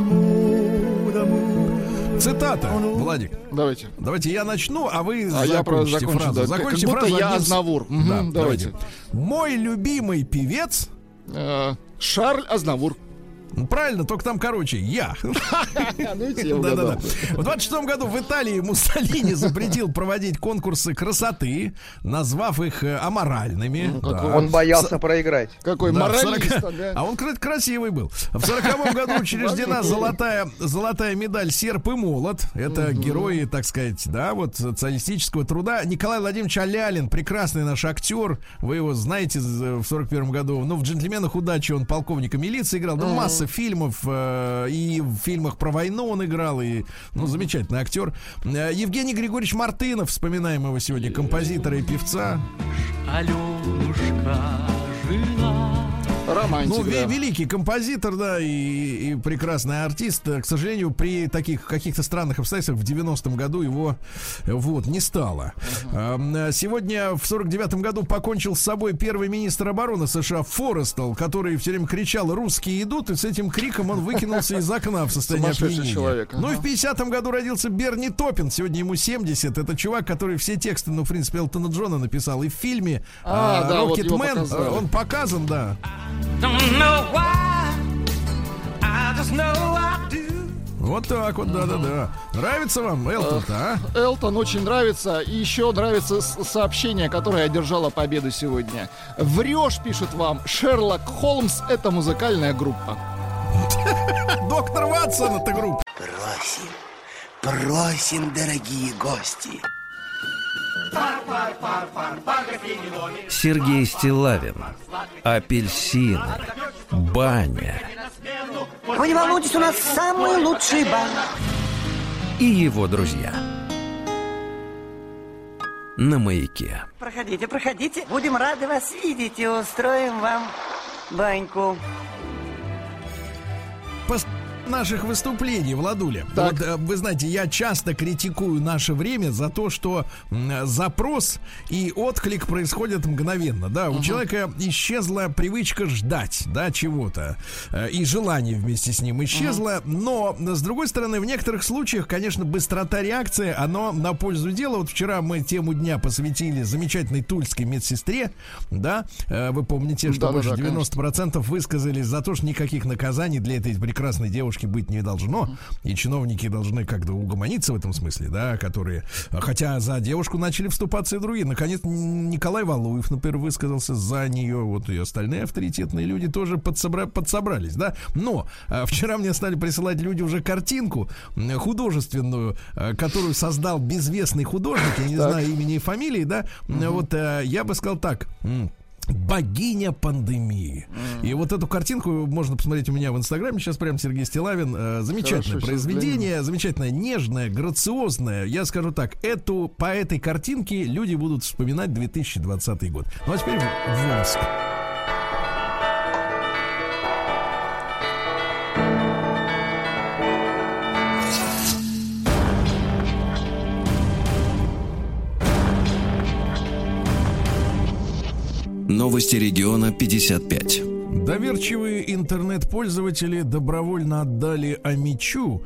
Цитата, Владик. Давайте я начну, а вы закончите фразу. Да. Закончите как фразу. Я Азнавур. Да, давайте. Мой любимый певец Шарль Азнавур. Правильно, только там короче. Я. Да-да-да. В 26-м году в Италии Муссолини запретил проводить конкурсы красоты, назвав их аморальными. Он боялся проиграть. Какой моралист, да? А он, кстати, красивый был. В 40-м году учреждена золотая медаль «Серп и молот». Это герои, так сказать, да, вот социалистического труда. Николай Владимирович Алялин, прекрасный наш актер. Вы его знаете в 41-м году. Ну, в «Джентльменах удачи» он полковника милиции играл. Ну, масса фильмов, и в фильмах про войну он играл, и, ну, замечательный актер. Евгений Григорьевич Мартынов, вспоминаем его сегодня, композитора и певца. Алёшка жила. Романтик, ну, великий композитор, да, и прекрасный артист. К сожалению, при таких каких-то странных обстоятельствах в 90-м году его вот не стало. Сегодня в 49-м году покончил с собой первый министр обороны США Форестел, который все время кричал «русские идут», и с этим криком он выкинулся из окна в состоянии опьянения. Ну и в 50-м году родился Берни Топпин, сегодня ему 70. Это чувак, который все тексты, ну, в принципе, Элтона Джона написал, и в фильме «Рокетмен» он показан, да. Вот так вот, да-да-да. Нравится вам Элтон-то, а? Элтон очень нравится. И еще нравится сообщение, которое одержало победу сегодня. Врешь, пишет вам, Шерлок Холмс — это музыкальная группа. Доктор Ватсон — это группа. Просим, дорогие гости. Сергей Стиллавин. Апельсин. Баня. Вы не волнуйтесь, у нас самый лучший бар. И его друзья. На Маяке. Проходите, проходите. Будем рады вас видеть и устроим вам баньку. наших выступлений, Владуля. Так. Вот, вы знаете, я часто критикую наше время за то, что запрос и отклик происходят мгновенно. Да, у человека исчезла привычка ждать, да, чего-то. И желание вместе с ним исчезло. Но, с другой стороны, в некоторых случаях, конечно, быстрота реакции, оно на пользу дела. Вот вчера мы тему дня посвятили замечательной тульской медсестре. Да, вы помните, что больше 90% высказались за то, что никаких наказаний для этой прекрасной девушки быть не должно. И чиновники должны как-то угомониться в этом смысле, да, которые... Хотя за девушку начали вступаться и другие. Наконец, Николай Валуев, например, высказался за нее. Вот и остальные авторитетные люди тоже подсобрались, да. Но вчера мне стали присылать люди уже картинку художественную, которую создал безвестный художник, я не знаю имени и фамилии, да. Вот я бы сказал так... Богиня пандемии. И вот эту картинку можно посмотреть у меня в Инстаграме. Сейчас прям Сергей Стиллавин. Замечательное произведение, замечательное, нежное, грациозное. Я скажу так, по этой картинке люди будут вспоминать 2020 год. Ну а теперь в Омск. Новости региона 55. Доверчивые интернет-пользователи добровольно отдали Амичу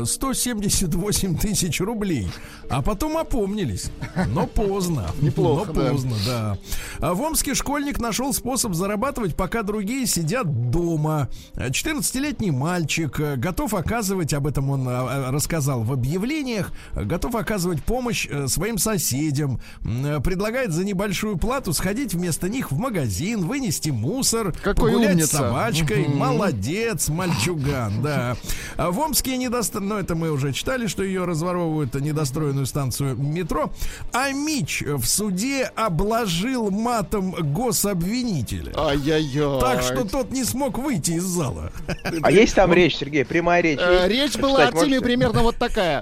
178 тысяч рублей, а потом опомнились. Но поздно. Неплохо, но поздно, да. А в Омске школьник нашел способ зарабатывать, пока другие сидят дома. 14-летний мальчик готов оказывать, об этом он рассказал в объявлениях, готов оказывать помощь своим соседям. Предлагает за небольшую плату сходить вместо них в магазин, вынести мусор, погулять с собачкой. Молодец, мальчуган, да. А в Омске ну, это мы уже читали, что ее разворовывают, недостроенную станцию метро. Амич в суде обложил матом гособвинителя. Ай-яй-яй. Так что тот не смог выйти из зала. А есть там речь, Сергей? Прямая речь? Речь была от Тиме примерно вот такая.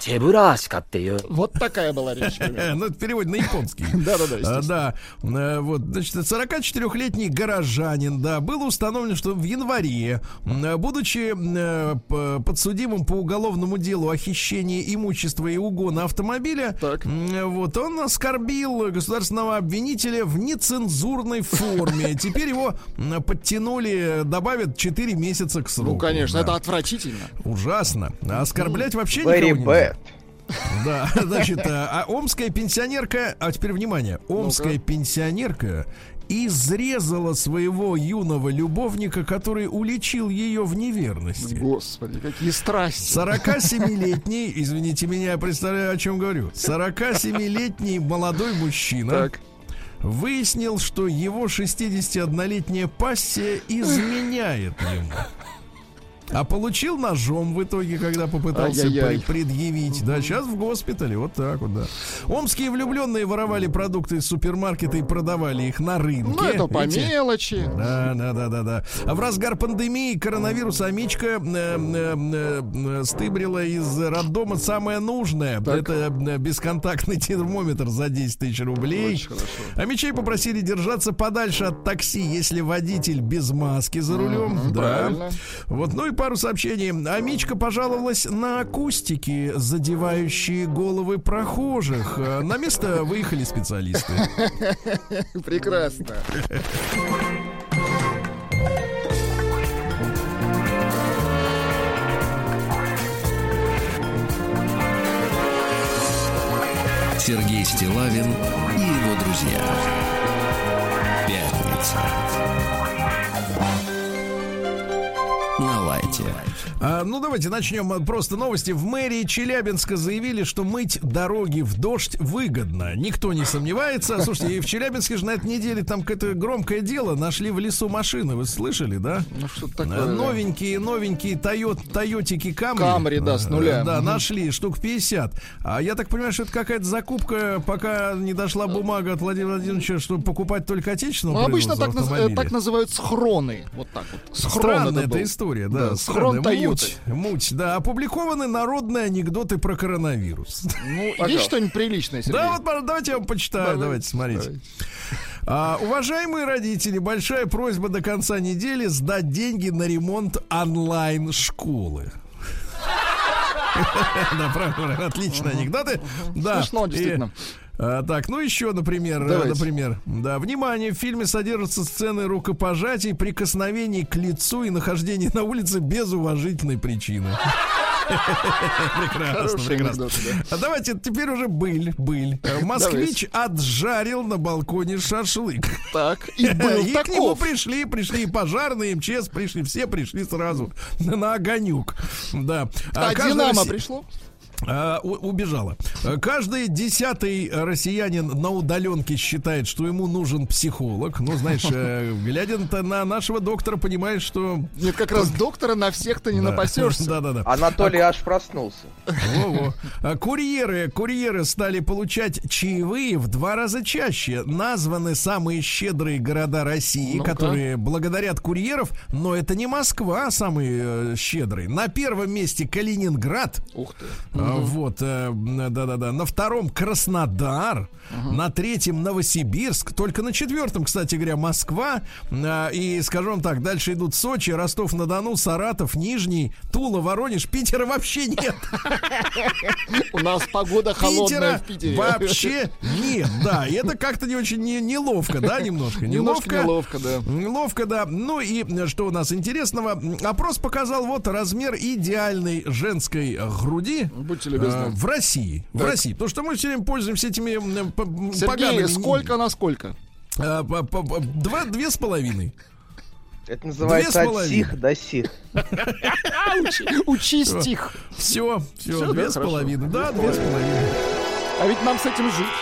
Вот такая была речь. Ну, это перевод на японский. Да-да-да. Да. Вот, значит, 44-летний горожанин, да, было установлено, что в январе, будучи подсудимым по уголовному делу о хищении имущества и угона автомобиля, вот, он оскорбил государственного обвинителя в нецензурной форме. Теперь его подтянули, добавят 4 месяца к сроку. Ну, конечно, это отвратительно. Ужасно. Оскорблять вообще никого нельзя. Да, значит, а омская пенсионерка, а теперь внимание, омская пенсионерка изрезала своего юного любовника, который уличил ее в неверности. Господи, какие страсти. 47-летний, извините меня, я представляю, о чем говорю. 47-летний молодой мужчина выяснил, что его 61-летняя пассия изменяет ему. А получил ножом в итоге, когда попытался предъявить. Да, сейчас в госпитале, вот так вот, да. Омские влюбленные воровали продукты из супермаркета и продавали их на рынке. Ну, это по мелочи. Да. А в разгар пандемии коронавируса Амичка стыбрила из роддома самое нужное. Так. Это бесконтактный термометр за 10 тысяч рублей. Очень хорошо. Амичей попросили держаться подальше от такси, если водитель без маски за рулем. Да. Правильно. Вот, ну и пару сообщений. Амичка пожаловалась на акустики, задевающие головы прохожих. На место выехали специалисты. Прекрасно. Сергей Стиллавин и его друзья. Пятница. На лайте. Ну, давайте начнем. Просто новости. В мэрии Челябинска заявили, что мыть дороги в дождь выгодно. Никто не сомневается. Слушайте, и в Челябинске же на этой неделе там какое-то громкое дело. Нашли в лесу машины. Вы слышали, да? Ну, что такое? Новенькие Тойотики Камри. Камри, да, с нуля. Да, нашли штук 50. А я так понимаю, что это какая-то закупка, пока не дошла бумага от Владимира Владимировича, чтобы покупать только отечественного обычно автомобиля. так называют схроны. Вот так вот. Странная эта история, да. Схрон Тойоты. Муть, да. Опубликованы народные анекдоты про коронавирус. Ну, есть что-нибудь приличное, Сергей? Да, вот давайте я вам почитаю. Давайте, смотрите. Уважаемые родители, большая просьба до конца недели сдать деньги на ремонт онлайн-школы. Да, правда, отличные анекдоты. Да. Смешно, действительно. Так, ну еще, например, да, внимание, в фильме содержатся сцены рукопожатий, прикосновений к лицу и нахождения на улице без уважительной причины. Прекрасно. А давайте теперь уже быль. Москвич отжарил на балконе шашлык. Так, и был и к нему пришли и пожарные, МЧС, все пришли сразу на огонек. Да. А Динамо пришло? Убежала. Каждый 10-й россиянин на удаленке считает, что ему нужен психолог. Ну, знаешь, глядя на нашего доктора, понимаешь, что... Нет, как раз доктора на всех-то не напасешься. Да. Анатолий аж проснулся. Курьеры стали получать чаевые в 2 раза чаще. Названы самые щедрые города России, которые благодарят курьеров. Но это не Москва самый щедрый. На первом месте Калининград. Ух ты. Вот, да. На втором Краснодар, на третьем Новосибирск, только на 4-м, кстати говоря, Москва. И, скажем так, дальше идут Сочи, Ростов-на-Дону, Саратов, Нижний, Тула, Воронеж. Питера вообще нет. У нас погода холодная в Питере. Вообще нет, да. И это как-то не очень неловко, да, немножко? Неловко, да. Неловко, да. Ну и что у нас интересного? Опрос показал вот размер идеальной женской груди. В России. В России. Потому что мы все время пользуемся этими Сергей, сколько на сколько? 2,5. Это называется от сих до сих. Учи стих. Все, 2,5. Да, 2,5. А ведь нам с этим жить.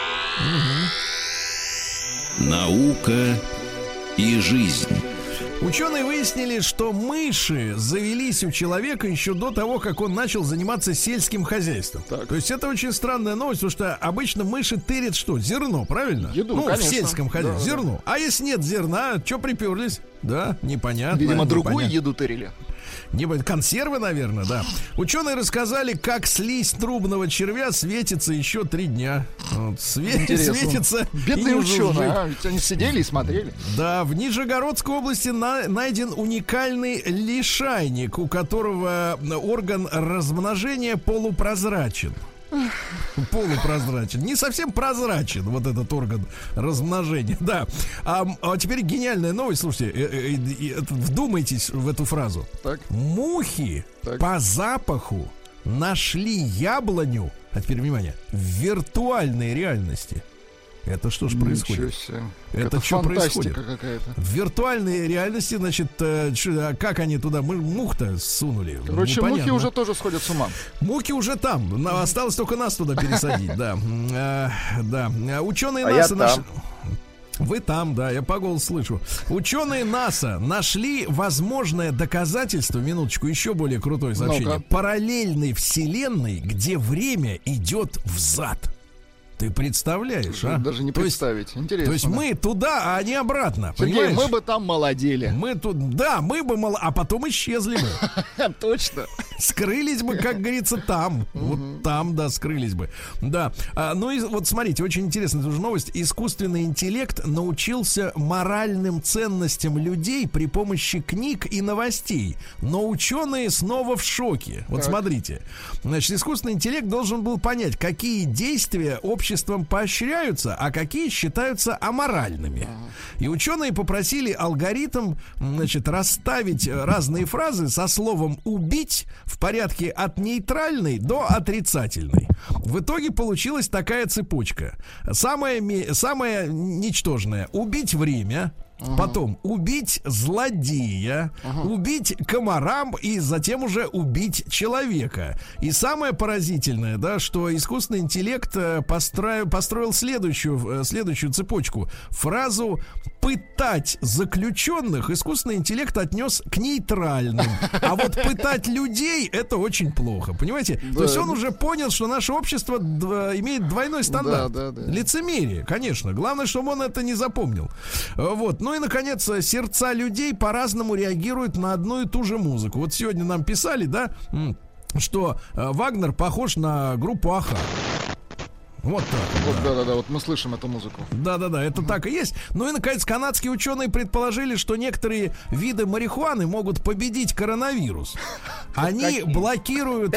Наука и жизнь. Ученые выяснили, что мыши завелись у человека еще до того, как он начал заниматься сельским хозяйством. Так. То есть это очень странная новость, потому что обычно мыши тырят что? Зерно, правильно? Еду, ну, конечно. В сельском хозяйстве. Да, зерно. А если нет зерна, что приперлись? Да, непонятно. Видимо, другую еду тырили. Консервы, наверное, да. Ученые рассказали, как слизь трубного червя светится еще 3 дня. Вот, светится. Бедные ученые, ведь они сидели и смотрели. Да, в Нижегородской области найден уникальный лишайник, у которого орган размножения полупрозрачен. Полупрозрачен. Не совсем прозрачен вот этот орган размножения. Да. А теперь гениальная новость. Слушайте, вдумайтесь в эту фразу. Так. Мухи по запаху нашли яблоню. А теперь внимание. В виртуальной реальности. Это что ж происходит? Это что происходит? Какая-то. В виртуальной реальности, значит, как они туда мух-то сунули? Короче, мухи уже тоже сходят с ума. Мухи уже там. Осталось только нас туда пересадить. Да. Ученые НАСА нашли... Вы там, да, я по голосу слышу. Ученые НАСА нашли возможное доказательство, минуточку, еще более крутое сообщение, параллельной вселенной, где время идет взад. Ты представляешь, а? Даже не представить. Интересно. То есть мы туда, а не обратно. Сергей, понимаешь? Мы бы там молодели. Мы тут, да, мы бы а потом исчезли бы. Точно. Скрылись бы, как говорится, там. Вот там, да, скрылись бы. Да. Ну и вот смотрите, очень интересная тоже новость. Искусственный интеллект научился моральным ценностям людей при помощи книг и новостей. Но ученые снова в шоке. Вот смотрите. Значит, искусственный интеллект должен был понять, какие действия обществом поощряются, а какие считаются аморальными. И ученые попросили алгоритм, значит, расставить разные фразы со словом «убить» в порядке от нейтральной до отрицательной. В итоге получилась такая цепочка. Самая ничтожная — убить время. Потом убить злодея, убить комарам и затем уже убить человека. И самое поразительное, да, что искусственный интеллект построил следующую цепочку. Фразу «пытать заключенных» искусственный интеллект отнес к нейтральным. А вот пытать людей — это очень плохо. Понимаете? Да. То есть он уже понял, что наше общество имеет двойной стандарт. Да. Лицемерие, конечно. Главное, чтобы он это не запомнил. Вот. Ну и, наконец, сердца людей по-разному реагируют на одну и ту же музыку. Вот сегодня нам писали, да, что Вагнер похож на группу Аха. Вот так. Вот, да-да-да, вот мы слышим эту музыку. Да-да-да, это так и есть. Ну и, наконец, канадские ученые предположили, что некоторые виды марихуаны могут победить коронавирус. Они блокируют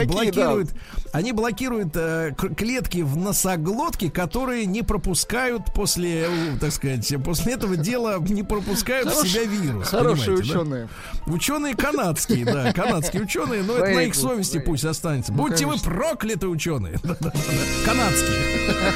клетки в носоглотке, которые не пропускают после, так сказать, после этого дела не пропускают в себя вирус. Хорошие ученые. Да? Ученые канадские, да, канадские ученые, но это на их совести пусть останется. Будьте вы прокляты, ученые. Канадские.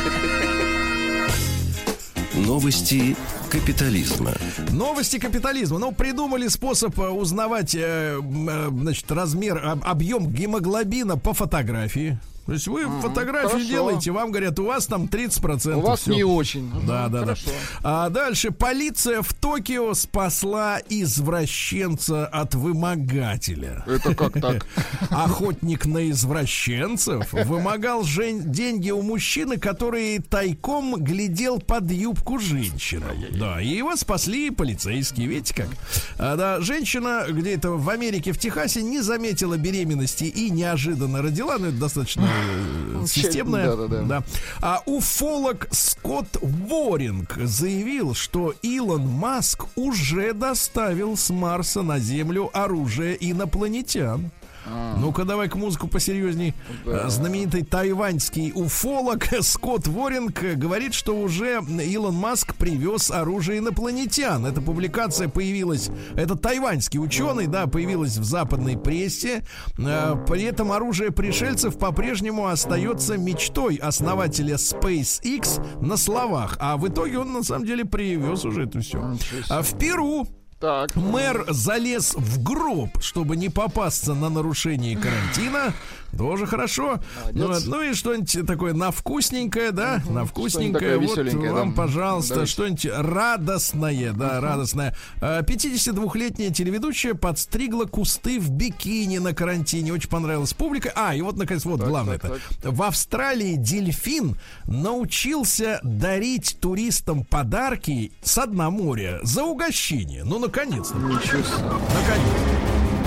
Новости капитализма. Новости капитализма. Ну, придумали способ узнавать, значит, размер, объем гемоглобина по фотографии. То есть вы фотографию делаете, вам говорят, у вас там 30%. У вас не очень. Да. А дальше полиция в Токио спасла извращенца от вымогателя. Это как так? Охотник на извращенцев вымогал деньги у мужчины, который тайком глядел под юбку женщины. Да, и его спасли полицейские. Видите как? Да, женщина где-то в Америке, в Техасе, не заметила беременности и неожиданно родила. Ну, это достаточно системная. Да. А уфолог Скотт Воринг заявил, что Илон Маск уже доставил с Марса на Землю оружие инопланетян. Ну-ка, давай-ка музыку посерьезней. Знаменитый тайваньский уфолог Скотт Воринг говорит, что уже Илон Маск привез оружие инопланетян. Эта публикация появилась, это тайваньский ученый, да, появилась в западной прессе. При этом оружие пришельцев по-прежнему остается мечтой основателя SpaceX на словах. А в итоге он на самом деле привез уже это все. А в Перу мэр залез в гроб, чтобы не попасться на нарушение карантина. Тоже хорошо. Ну и что-нибудь такое на вкусненькое, да? На вкусненькое. Вот вам, пожалуйста, что-нибудь радостное, да, радостное. 52-летняя телеведущая подстригла кусты в бикини на карантине. Очень понравилась публика. И вот, наконец, вот главное это. В Австралии дельфин научился дарить туристам подарки со дна моря за угощение. Ну, наконец-то. Ничего себе. Наконец-то.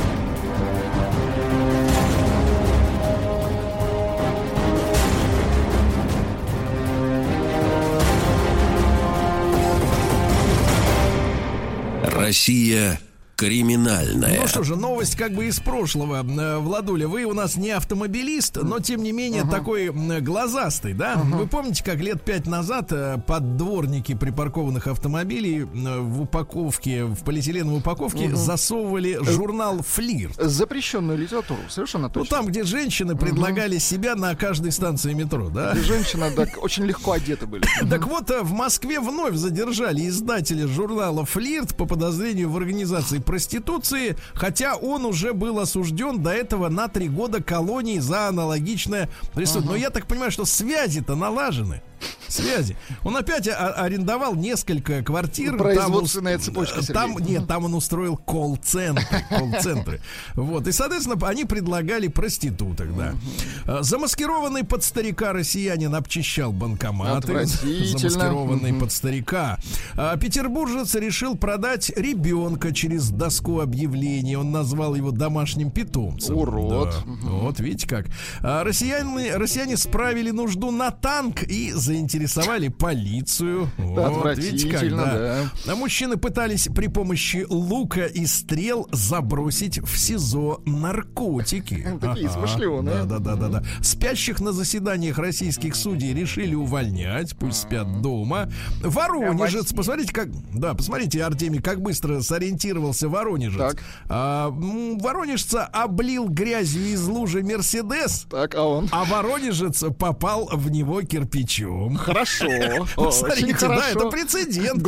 Россия криминальная. Ну что же, новость как бы из прошлого. Владуля, вы у нас не автомобилист, но тем не менее такой глазастый, да? Вы помните, как лет 5 назад под дворники припаркованных автомобилей в упаковке, в полиэтиленовой упаковке засовывали журнал «Флирт». Запрещенную литературу, совершенно точно. Ну там, где женщины предлагали себя на каждой станции метро, да? Где женщины так очень легко одеты были. Так вот, в Москве вновь задержали издателя журнала «Флирт» по подозрению в организации проституции, хотя он уже был осужден до этого на 3 года колонии за аналогичное преступление. Но я так понимаю, что связи-то налажены. Связи. Он опять арендовал несколько квартир. Производственная цепочка, Сергей. Там он устроил колл-центры. Вот. И, соответственно, они предлагали проституток, да. Замаскированный под старика россиянин обчищал банкоматы. Замаскированный под старика. Петербуржец решил продать ребенка через доску объявлений. Он назвал его домашним питомцем. Урод. Да. Вот, видите как. Россияне справили нужду на танк и заинтересовали полицию. Вот, видите как, да. А мужчины пытались при помощи лука и стрел забросить в СИЗО наркотики. Такие смышленые. Да. Спящих на заседаниях российских судей решили увольнять, пусть спят дома. Воронежец, посмотрите, как... Да, посмотрите, Артемий, как быстро сориентировался воронежец. Воронежца облил грязью из лужи Мерседес, а воронежец попал в него кирпичом. Хорошо. Смотрите, да, это прецедент.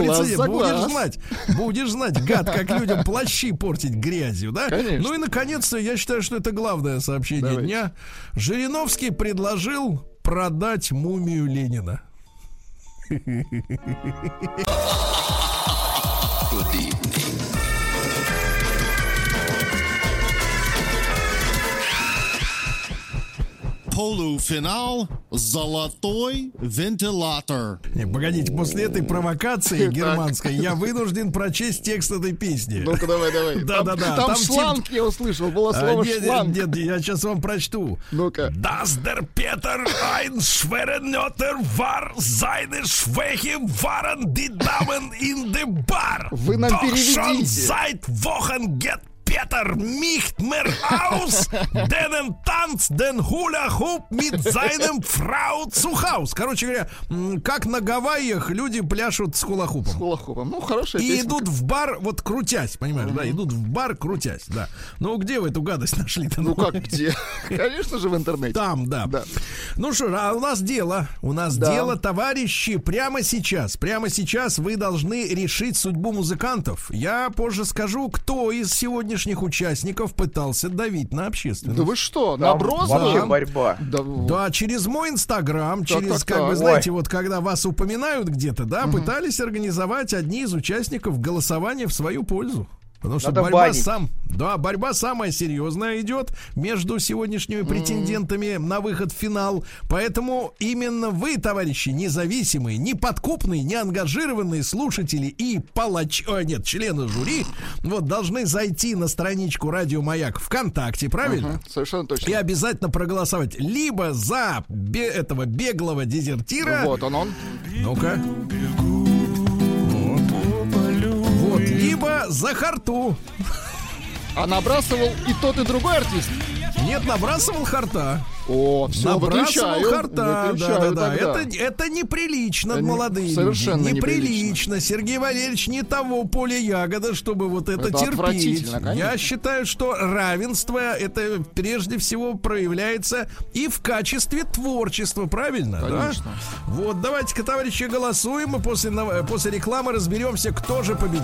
Будешь знать, гад, как людям плащи портить грязью, да? Конечно. Ну и, наконец-то, я считаю, что это главное сообщение дня. Жириновский предложил продать мумию Ленина. Полуфинал «Золотой вентилятор». Не, погодите, после этой провокации германской я вынужден прочесть текст этой песни. Ну-ка, давай. Да. Там шланг я услышал, было слово шланг. Нет, я сейчас вам прочту. Ну-ка. Das der Peter ein Schwerenöter war, seine Schwäche waren die Damen in der Bar. Вы нам переведите. Schon seit Wochen geht Peter nicht mehr aus, den Tanz, den Hula-Hoop mit seinem Frau zu Haus. Короче говоря, как на Гавайях люди пляшут с хула-хупом. С хула-хупом. Ну, хорошая песня. И идут в бар, вот крутясь, понимаешь, да, идут в бар, крутясь, да. Ну, где вы эту гадость нашли-то? Ну, как где? Конечно же, в интернете. Там, да. Ну что, а у нас дело, товарищи, прямо сейчас вы должны решить судьбу музыкантов. Я позже скажу, кто из сегодняшних участников пытался давить на общественность. Да вы что, наброс? Вообще борьба. Да, через мой инстаграм, знаете, вот когда вас упоминают где-то, да, пытались организовать одни из участников голосования в свою пользу. Потому что борьба самая серьезная идет между сегодняшними претендентами на выход в финал. Поэтому именно вы, товарищи, независимые, неподкупные, неангажированные слушатели и члены жюри, вот, должны зайти на страничку Радио Маяк ВКонтакте, правильно? Совершенно точно. И обязательно проголосовать либо за этого беглого дезертира. Вот он. Ну-ка. Либо за Харту. А набрасывал и тот, и другой артист? Нет, набрасывал Харта. О, все, набрасывал Харта. Да. Это неприлично, молодые. Совершенно неприлично. Сергей Валерьевич не того поля ягода, чтобы вот это терпеть. Я считаю, что равенство это прежде всего проявляется и в качестве творчества, правильно? Конечно. Да? Вот, давайте-ка, товарищи, голосуем, и после рекламы разберемся, кто же победит.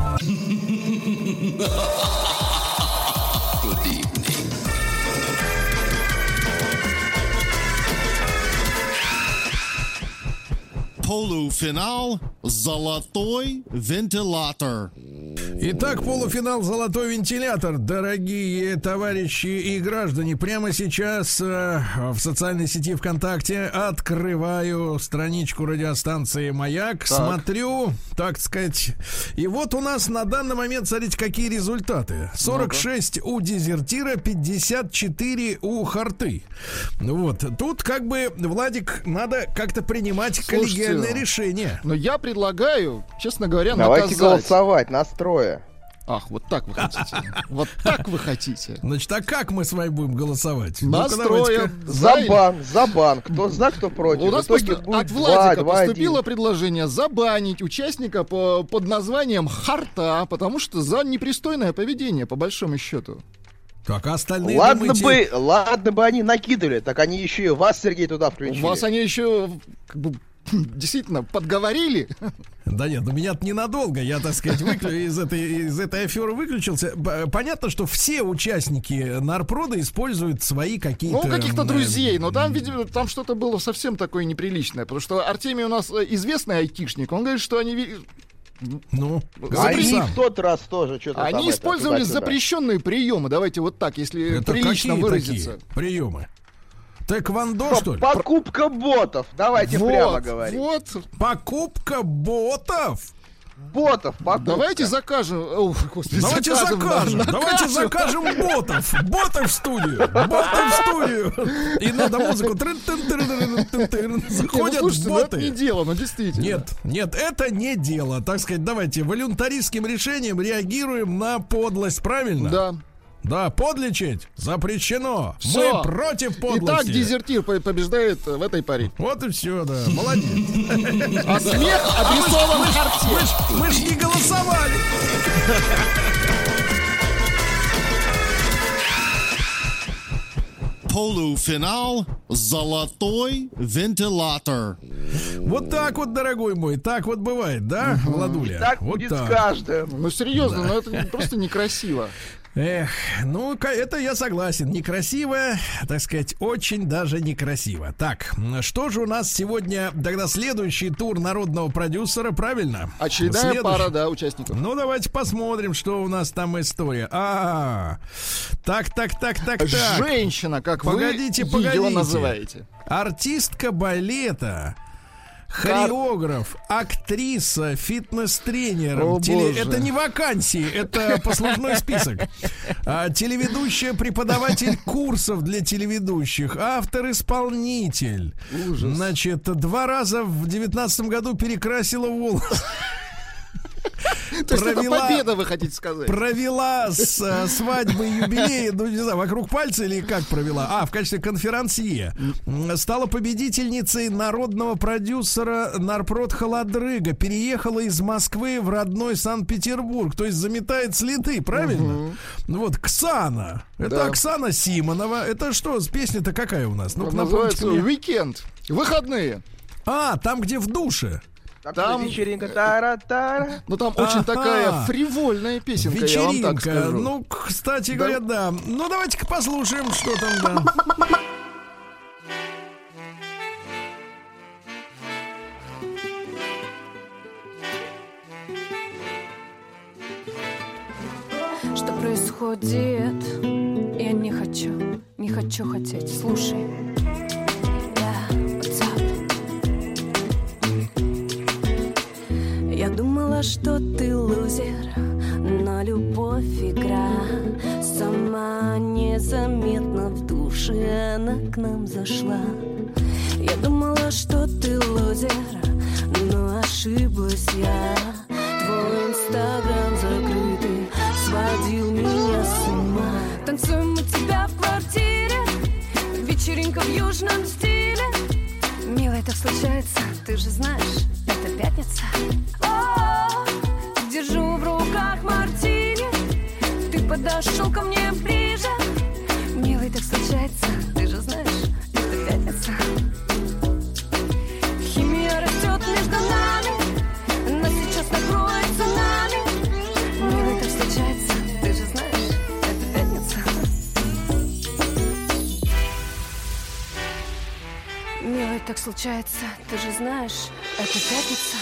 Полуфинал «Золотой вентилятор». Итак, полуфинал «Золотой вентилятор». Дорогие товарищи и граждане, прямо сейчас в социальной сети ВКонтакте открываю страничку радиостанции «Маяк». Смотрю, так сказать. И вот у нас на данный момент, смотрите, какие результаты. 46 у дезертира, 54 у Харты. Вот. Тут как бы, Владик, надо как-то принимать коллегиальное решение. Но я предлагаю, честно говоря, давайте голосовать, настроя. Ах, вот так вы хотите. Вот так вы хотите. Значит, а как мы с вами будем голосовать? Настроя. За бан. Кто за, кто против. У нас от Владика поступило предложение забанить участника под названием Харта, потому что за непристойное поведение, по большому счету. Так, а остальные ладно бы они накидывали, так они еще и вас, Сергей, туда включили. Вас они еще действительно подговорили. Да нет, у меня-то ненадолго. Я, так сказать, из этой аферы выключился. Понятно, что все участники Нарпрода используют свои какие-то... Ну, каких-то друзей. Но там, видимо, там что-то было совсем такое неприличное. Потому что Артемий у нас известный айтишник. Он говорит, что они... Ну, они в тот раз тоже что-то. Они использовали запрещенные приемы. Давайте вот так, если это прилично выразиться. Приемы. Тэквондо, что ли? Покупка ботов. Давайте прямо говорить. Вот. Покупка ботов? Покупка. Давайте закажем. Давайте закажем ботов. Ботов в студию. И надо музыку. Заходят боты. Это не дело, но действительно. Нет, это не дело. Так сказать, давайте волюнтаристским решением реагируем на подлость, правильно? Да. Да, подлечить запрещено. Все. Мы против подлости. Итак, дезертир побеждает в этой паре. Вот и все, да. Молодец. А смех адресован Харте. Мы ж не голосовали. Полуфинал «Золотой вентилятор». Вот так вот, дорогой мой, так вот бывает, да, Владуля? Так вот будет так. с каждым. Ну, серьезно, но это просто некрасиво. Эх, ну, это я согласен. Некрасиво, так сказать, очень даже некрасиво. Так, что же у нас сегодня, тогда следующий тур народного продюсера, правильно? Очередная пара, да, участников. Ну, давайте посмотрим, что у нас там история. Так. Женщина, как погодите, вы ее называете. Артистка балета, хореограф, актриса, фитнес-тренер. Это не вакансии, это послужной список. Телеведущая, преподаватель курсов для телеведущих, автор-исполнитель. Ужас. Значит, 2 раза в 19 году перекрасила волосы. То есть это победа, вы хотите сказать? Провела свадьбы и юбилеи, ну, не знаю, вокруг пальца или как провела? В качестве конферансье. Стала победительницей народного продюсера Нарпрод Холодрыга. Переехала из Москвы в родной Санкт-Петербург. То есть заметает следы, правильно? Вот, Ксана. Это Оксана Симонова. Это что, песня-то какая у нас? Ну, называется «Уикенд». Выходные. Там, где в душе. Там вечеринка, тара-тара. Ну там очень такая фривольная песенка, я вам так скажу. Ну, кстати говоря, да. Ну, давайте-ка послушаем, что там, да. Что происходит? Я не хочу хотеть. Слушай. Я думала, что ты лузер, но любовь игра. Сама незаметно в душе она к нам зашла. Я думала, что ты лузер, но ошиблась я. Твой инстаграм закрытый сводил меня с ума. Танцуем у тебя в квартире, вечеринка в южном стиле. Милая, так случается, ты же знаешь, это пятница. Держу в руках мартини, ты подошел ко мне ближе. Милый, так случается, ты же знаешь, это пятница. Химия растет между нами, но сейчас накроет цунами. Милый, так случается, ты же знаешь, это пятница. Милый, так случается, ты же знаешь, это пятница.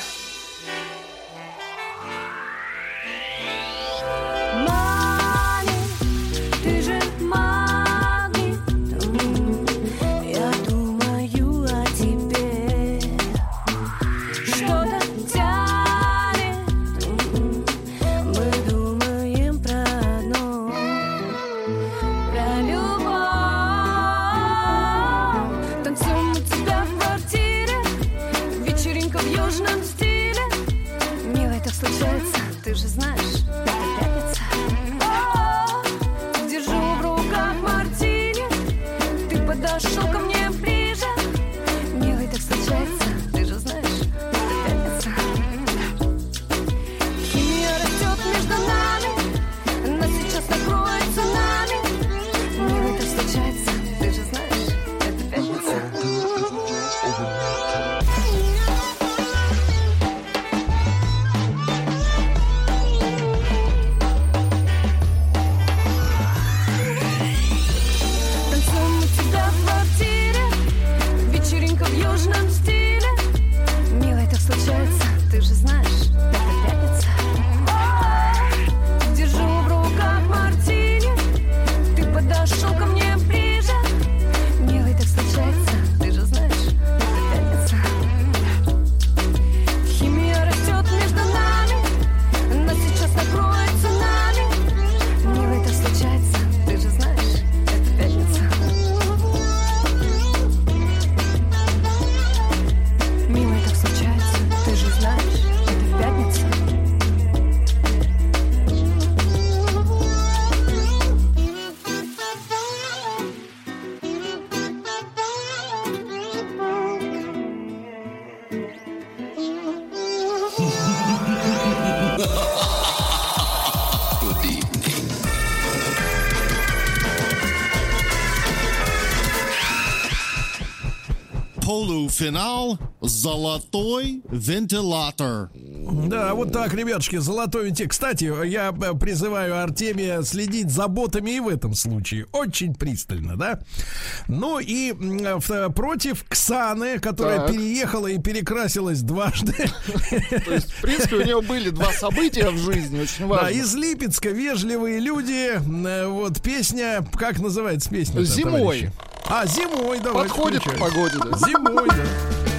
Полуфинал «Золотой вентилятор». Да, вот так, ребятушки, золотой вентилятор. Кстати, я призываю Артемия следить за ботами и в этом случае. Очень пристально, да? Ну и против Ксаны, которая переехала и перекрасилась дважды. То есть, в принципе, у нее были два события в жизни, очень важно. Да, из Липецка «Вежливые люди». Вот песня, как называется песня? «Зимой». Зимой, давай. Подходит к погоде, да. Зимой, да.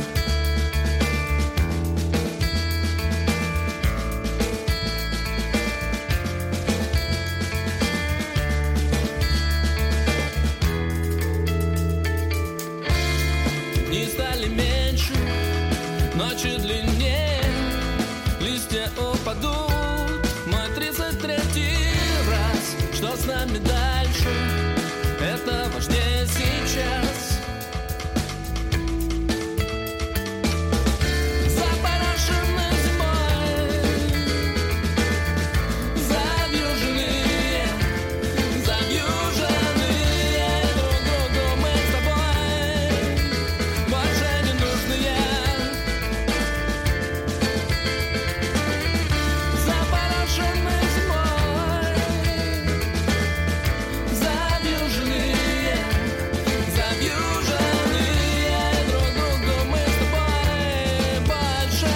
Дни стали меньше, ночи длиннее, листья упадут. Мой 33-й раз, что с нами дальше, это важнее сейчас. Запорошены зимой, завьюженные, друг другу мы с тобой больше не нужные. Запорошены зимой, завьюженные, друг другу мы с тобой больше.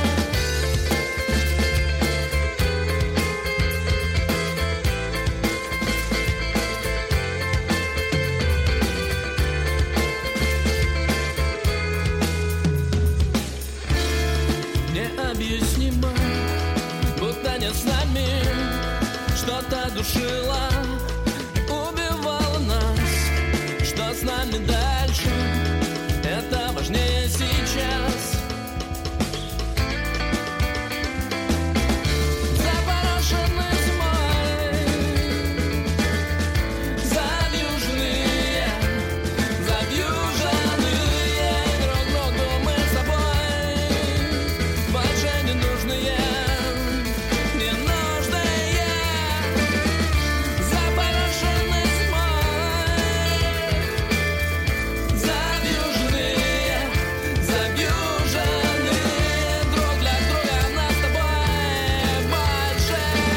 Необъяснимо, будто не с нами что-то душило, убивало нас. Что с нами дальше, это важнее сейчас. Запорошены зимой, завьюженные, друг другу мы с тобой больше не нужные, ненужные. Запорошены зимой, завьюженные, друг для друга нас с тобой больше.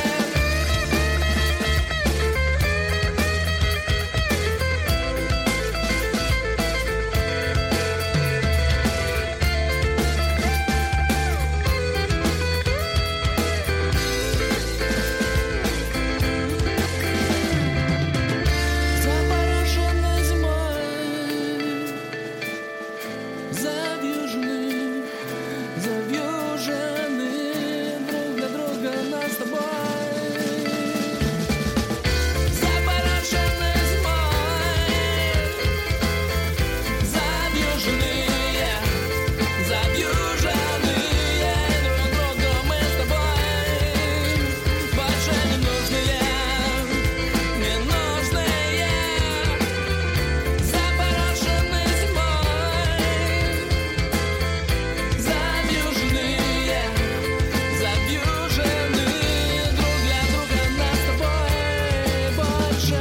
Запорошены зимой, завьюжены, друг для друга нас с тобой. Запорошены зимой, завьюженные, друг другу мы с тобой больше не нужные, ненужные. Запорошены зимой, завьюженные, друг для друга нас с тобой больше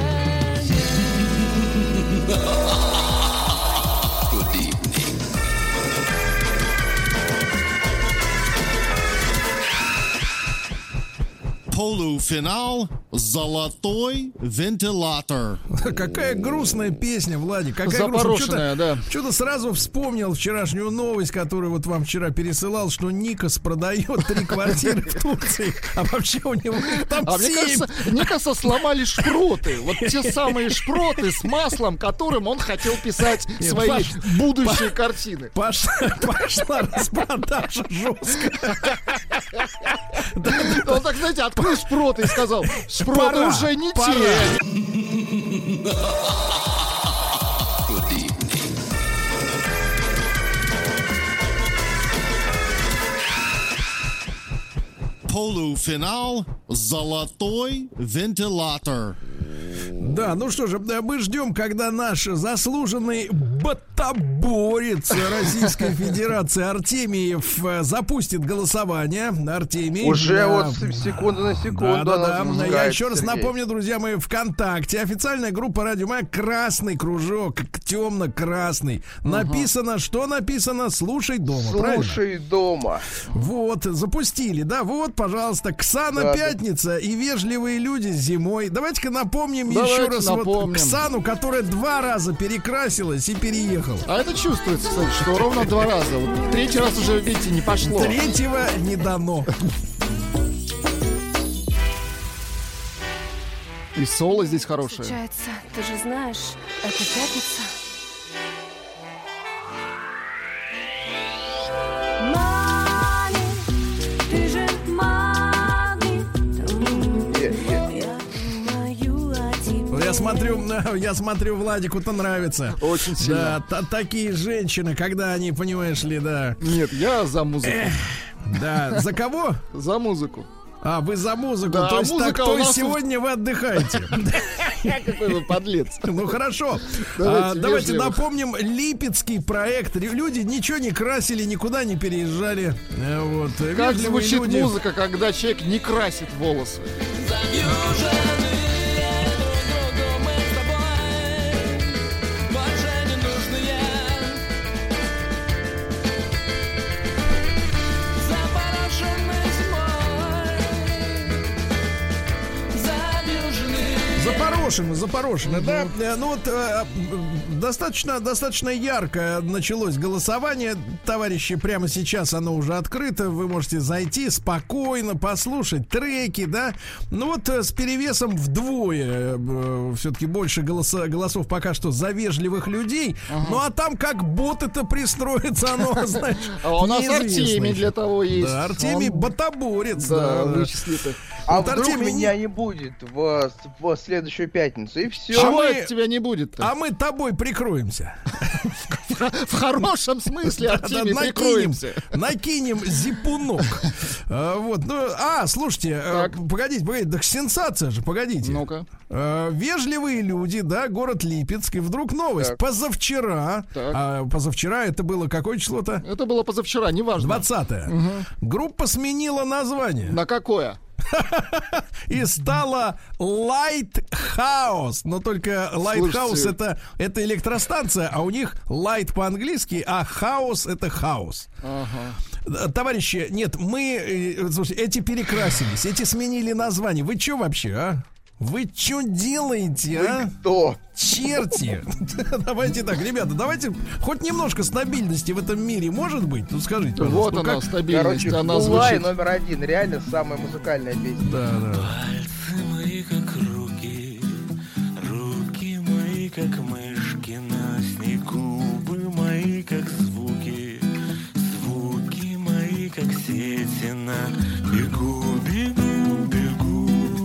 Полуфинал «Золотой вентилятор». Какая грустная песня, Владик. Какая запорошенная, грустная. да. Что-то сразу вспомнил вчерашнюю новость, которую вот вам вчера пересылал, что Никос продает 3 квартиры в Турции, а вообще у него их там 7. Мне кажется, Никоса сломали шпроты. Вот те самые шпроты с маслом, которым он хотел писать свои будущие картины. Пошла распродажа жестко. Он так, знаете, открыл шпроты и сказал: шпроты уже не те. Полуфинал «Золотой вентилятор». Да, ну что же, мы ждем, когда наш заслуженный Ботоборец Российской Федерации Артемьев запустит голосование. Артемий. Уже вот секунду на секунду. Да. Я еще раз напомню, друзья мои, ВКонтакте официальная группа Радио Маяк, красный кружок, темно-красный. Написано, что написано? Слушай дома. Слушай дома. Вот, запустили, да, вот, пожалуйста, Ксана Пятница и вежливые люди зимой. Давайте-ка напомним еще раз вот Ксану, которая 2 раза перекрасилась и переехала. А это чувствуется, кстати, что ровно 2 раза. Вот 3-й раз уже, видите, не пошло. 3-го не дано. И соло здесь хорошее. Случается, ты же знаешь, это пятница. Ты же я смотрю, Владику-то нравится. Очень сильно. Да, такие женщины, когда они, понимаешь ли, да. Нет, я за музыку. Да, за кого? За музыку. А, вы за музыку, да, то есть музыка так, то есть сегодня вы отдыхаете. Какой вы подлец. Ну хорошо. Давайте напомним Липецкий проект. Люди ничего не красили, никуда не переезжали. Вот. Как звучит музыка, когда человек не красит волосы? Запорошены, да. Ну вот достаточно ярко началось голосование. Товарищи, прямо сейчас оно уже открыто. Вы можете зайти спокойно, послушать треки, да. Ну вот с перевесом вдвое все-таки больше голосов пока что за вежливых людей. Ну а там как боты-то пристроится, оно, знаешь, а у нас Артемий для того есть. Да, Артемий ботоборец. Да, вычислит их. А вот вдруг меня не будет в следующую пятницу, и все. Чего от тебя не будет-то? А мы тобой прикроемся. В хорошем смысле, Артемий, прикроемся. Накинем зипунок. Вот, ну, слушайте, погодите, так сенсация же, погодите. Ну-ка. Вежливые люди, да, город Липецк, и вдруг новость. Позавчера, позавчера это было какое число-то? Это было позавчера, неважно. 20-е. Группа сменила название. На какое? И стала Lighthouse. Но только Lighthouse это электростанция, а у них Light по-английски, а House это хаос. Товарищи, нет, мы, слушайте, эти перекрасились, эти сменили название. Вы что вообще, а? Вы что делаете, а? Кто? Черти! Давайте так, ребята, давайте хоть немножко стабильности в этом мире может быть? Ну скажите, пожалуйста. Вот она, стабильность. Короче, она звучит. Номер 1, реально самая музыкальная песня. Да. Пальцы мои как руки, руки мои как мышки на снегу, губы мои как звуки, звуки мои как сети на бегу, бегу, бегу.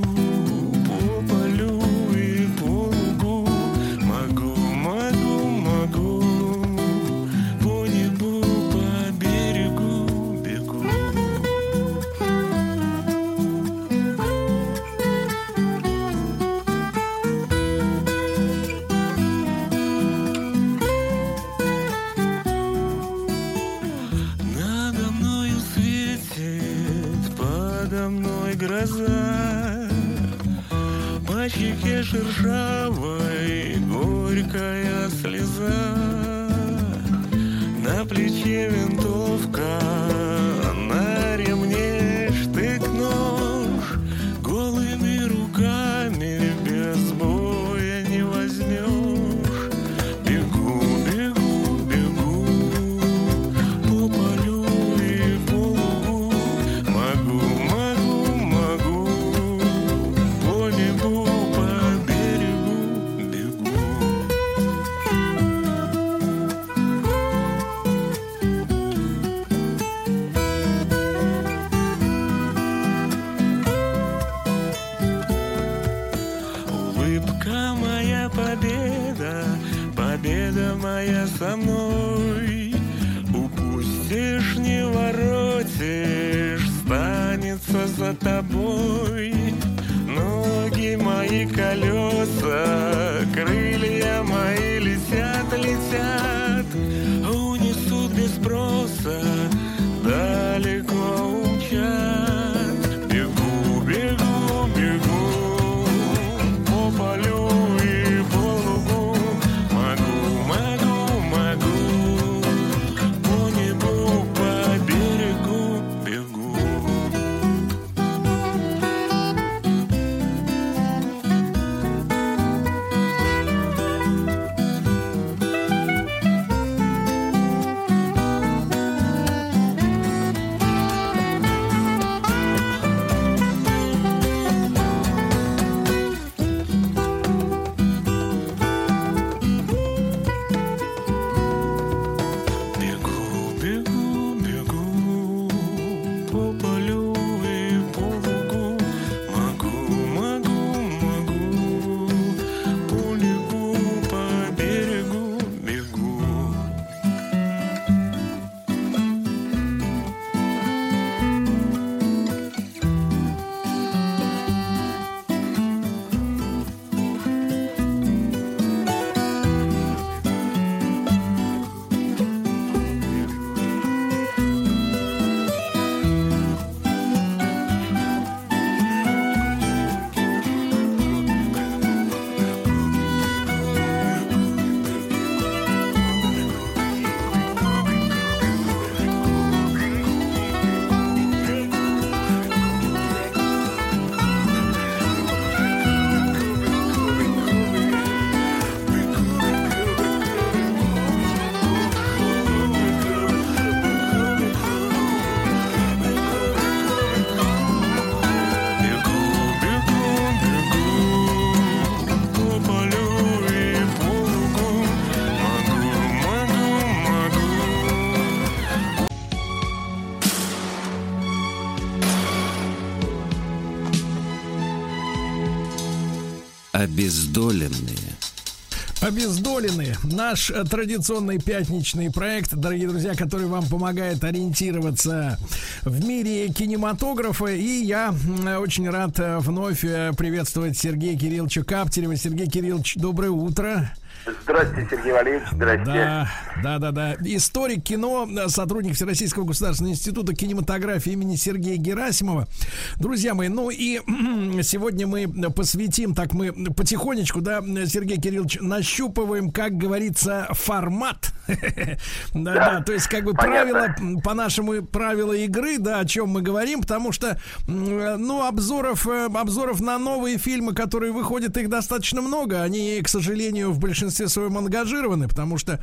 Гроза, по щеке шершавой горькая слеза, на плече винтовка, на ремне штык-нож, голыми руками без боя не возьмешь. Бегу, бегу, бегу по полю и по лугу, могу по берегу бегу. Улыбка моя победа, победа моя со мной. Упустишь, не воротишь, станется за тобой. Ноги мои колеса, крылья мои летят, летят. Обездоленные. Обездоленные. Наш традиционный пятничный проект, дорогие друзья, который вам помогает ориентироваться в мире кинематографа. И я очень рад вновь приветствовать Сергея Кирилловича Каптерева. Сергей Кириллович, доброе утро. Здравствуйте, Сергей Валерьевич, здрасте. Да. Историк кино, сотрудник Всероссийского государственного института кинематографии имени Сергея Герасимова. Друзья мои, ну и сегодня мы посвятим, так мы потихонечку, да, Сергей Кириллович, нащупываем, как говорится, формат. Да, то есть как бы правила, по-нашему правила игры, да, о чем мы говорим, потому что, ну, обзоров на новые фильмы, которые выходят, их достаточно много, они, к сожалению, в большинстве своем ангажированы, потому что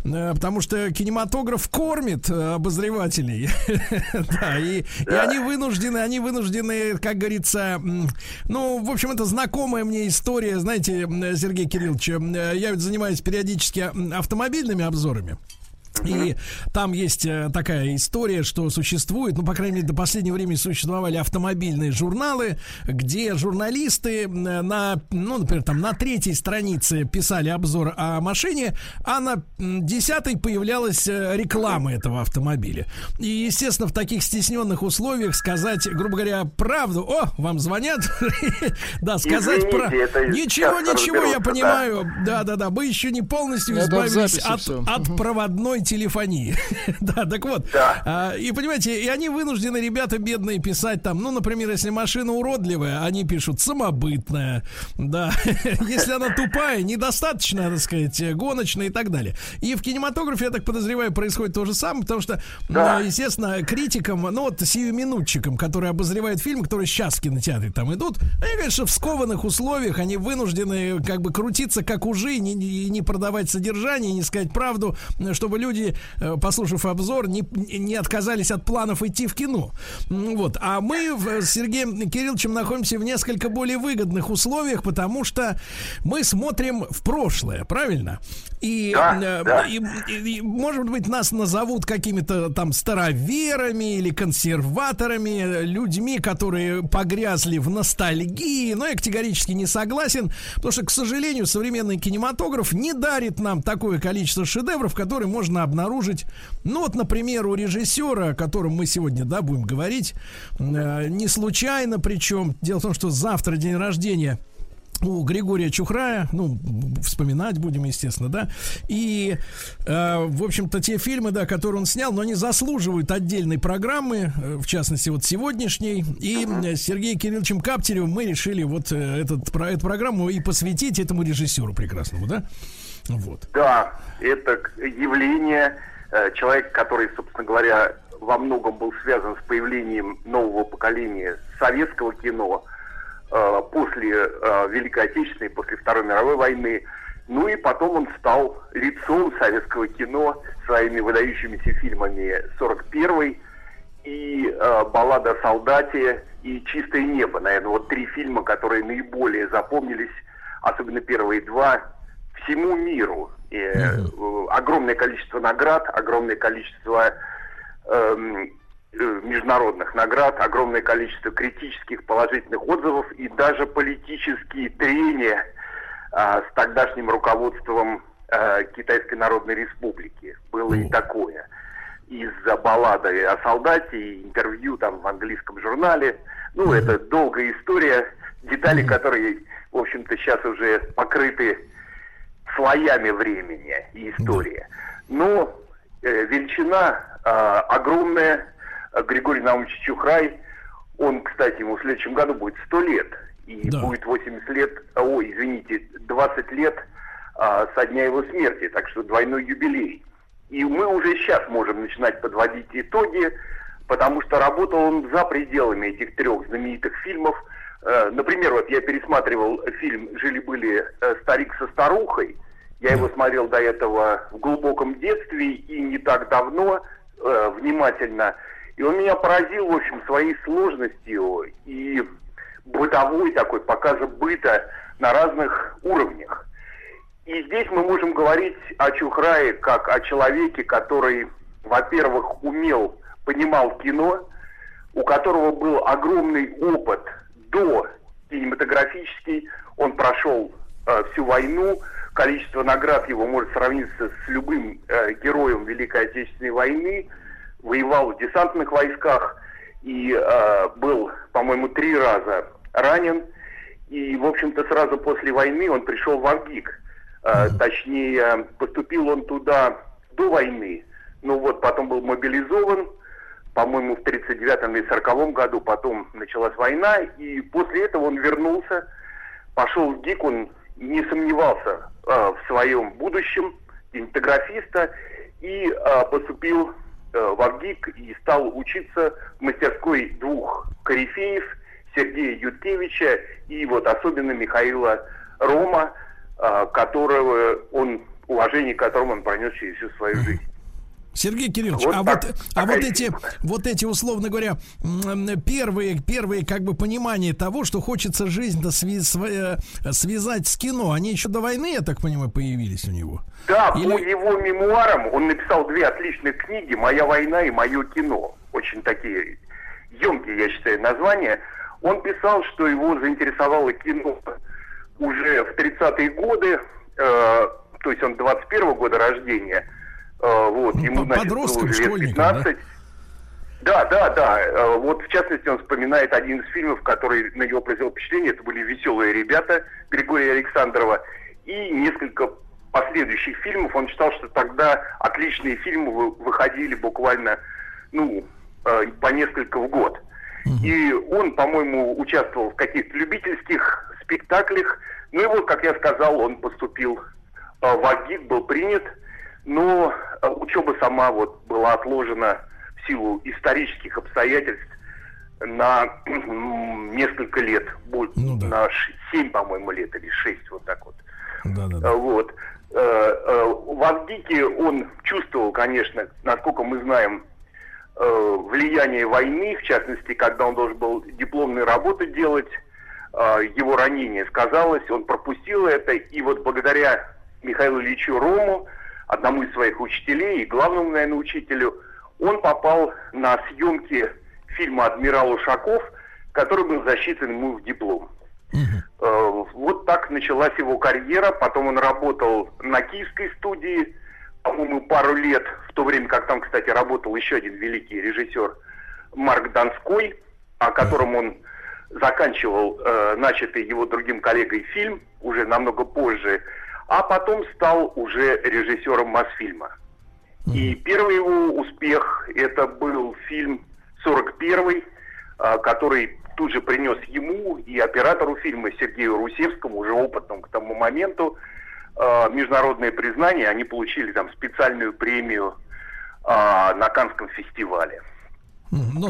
кинематограф кормит обозревателей. Да, и они вынуждены, как говорится, ну, в общем, это знакомая мне история, знаете, Сергей Кириллович, я ведь занимаюсь периодически автомобильными обзорами. И там есть такая история, что существует, ну, по крайней мере, до последнего времени существовали автомобильные журналы, где журналисты например, там на 3-й странице писали обзор о машине, а на 10-й появлялась реклама этого автомобиля. И, естественно, в таких стесненных условиях сказать, грубо говоря, правду, вам звонят, да, сказать правду. Ничего, я понимаю, да, мы еще не полностью избавились от проводной телефонии. Да, так вот. И понимаете, и они вынуждены, ребята бедные, писать там, ну, например, если машина уродливая, они пишут самобытная, да. Если она тупая, недостаточно, так сказать, гоночная и так далее. И в кинематографе, я так подозреваю, происходит то же самое, потому что, естественно, критикам, ну, вот сиюминутчикам, которые обозревают фильм, которые сейчас в кинотеатре там идут, они, конечно, в скованных условиях, они вынуждены как бы крутиться как ужи, не продавать содержание, не сказать правду, чтобы люди, послушав обзор, не отказались от планов идти в кино. Вот. А мы с Сергеем Кирилловичем находимся в несколько более выгодных условиях, потому что мы смотрим в прошлое, правильно? И может быть, нас назовут какими-то там староверами или консерваторами, людьми, которые погрязли в ностальгии, но я категорически не согласен, потому что, к сожалению, современный кинематограф не дарит нам такое количество шедевров, которые можно обнаружить, ну вот, например, у режиссера, о котором мы сегодня, да, будем говорить, не случайно, причем дело в том, что завтра день рождения у Григория Чухрая, ну, вспоминать будем, естественно, да, и, в общем-то, те фильмы, да, которые он снял, но они заслуживают отдельной программы, в частности, вот сегодняшней, и с Сергеем Кирилловичем Каптеревым мы решили вот эту программу и посвятить этому режиссеру прекрасному, да? Вот. Да, это явление, человек, который, собственно говоря, во многом был связан с появлением нового поколения советского кино после Великой Отечественной, после Второй мировой войны. Ну и потом он стал лицом советского кино своими выдающимися фильмами «41-й» и «Баллада о солдате» и «Чистое небо». Наверное, вот 3 фильма, которые наиболее запомнились, особенно первые 2, всему миру. Огромное количество наград, огромное количество международных наград, огромное количество критических положительных отзывов и даже политические трения с тогдашним руководством Китайской Народной Республики. Было и такое. Из-за баллады о солдате и интервью там в английском журнале. Ну, это долгая история, детали которые, в общем-то, сейчас уже покрыты слоями времени и истории. Но величина огромная. Григорий Наумович Чухрай, он, кстати, ему в следующем году будет 100 лет. И будет 20 лет со дня его смерти. Так что двойной юбилей. И мы уже сейчас можем начинать подводить итоги, потому что работал он за пределами этих 3 знаменитых фильмов. Например, вот я пересматривал фильм «Жили-были старик со старухой». Я его смотрел до этого в глубоком детстве и не так давно, внимательно. И он меня поразил, в общем, своей сложностью и бытовой такой, показом быта на разных уровнях. И здесь мы можем говорить о Чухрае как о человеке, который, во-первых, понимал кино, у которого был огромный опыт до кинематографический. Он прошел всю войну. Количество наград его может сравниться с любым героем Великой Отечественной войны. Воевал в десантных войсках и был, по-моему, 3 раза ранен. И, в общем-то, сразу после войны он пришел в Авгик. Точнее, поступил он туда до войны. Ну вот, потом был мобилизован, по-моему, в 1939 или 1940 году. Потом началась война, и после этого он вернулся, пошел в ГИК, он не сомневался в своем будущем кинематографиста и поступил в Авгик и стал учиться в мастерской 2 корифеев, Сергея Юткевича и вот особенно Михаила Рома, уважение к которому он пронес через всю свою жизнь. Сергей Кириллович, вот эти, условно говоря, первые как бы понимания того, что хочется жизнь связать с кино, они еще до войны, я так понимаю, появились у него? Да, по его мемуарам он написал 2 отличных книги «Моя война» и «Мое кино». Очень такие емкие, я считаю, названия. Он писал, что его заинтересовало кино уже в 30-е годы, то есть он 21-го года рождения. Вот, ему, значит, было уже лет 15. Да. Вот, в частности, он вспоминает один из фильмов, который на него произвел впечатление. Это были «Веселые ребята» Григория Александрова. И несколько последующих фильмов. Он считал, что тогда отличные фильмы выходили буквально, по несколько в год. И он, по-моему, участвовал в каких-то любительских спектаклях. Ну и вот, как я сказал, он поступил в Авгик, был принят. Но учеба сама вот была отложена в силу исторических обстоятельств на несколько лет, на 7, по-моему, лет или 6, вот так вот. Вот. В Авгике он чувствовал, конечно, насколько мы знаем, влияние войны, в частности, когда он должен был дипломную работу делать, его ранение сказалось, он пропустил это, и вот благодаря Михаилу Ильичу Рому, одному из своих учителей и главному, наверное, учителю, он попал на съемки фильма «Адмирал Ушаков», который был засчитан ему в диплом. Вот так началась его карьера. Потом он работал на Киевской студии, по-моему, пару лет, в то время как там, кстати, работал еще один великий режиссер Марк Донской, о котором он заканчивал начатый его другим коллегой фильм уже намного позже, а потом стал уже режиссером Мосфильма. И первый его успех — это был фильм «41-й», который тут же принес ему и оператору фильма Сергею Русевскому, уже опытному к тому моменту, международное признание. Они получили там специальную премию на Каннском фестивале. Но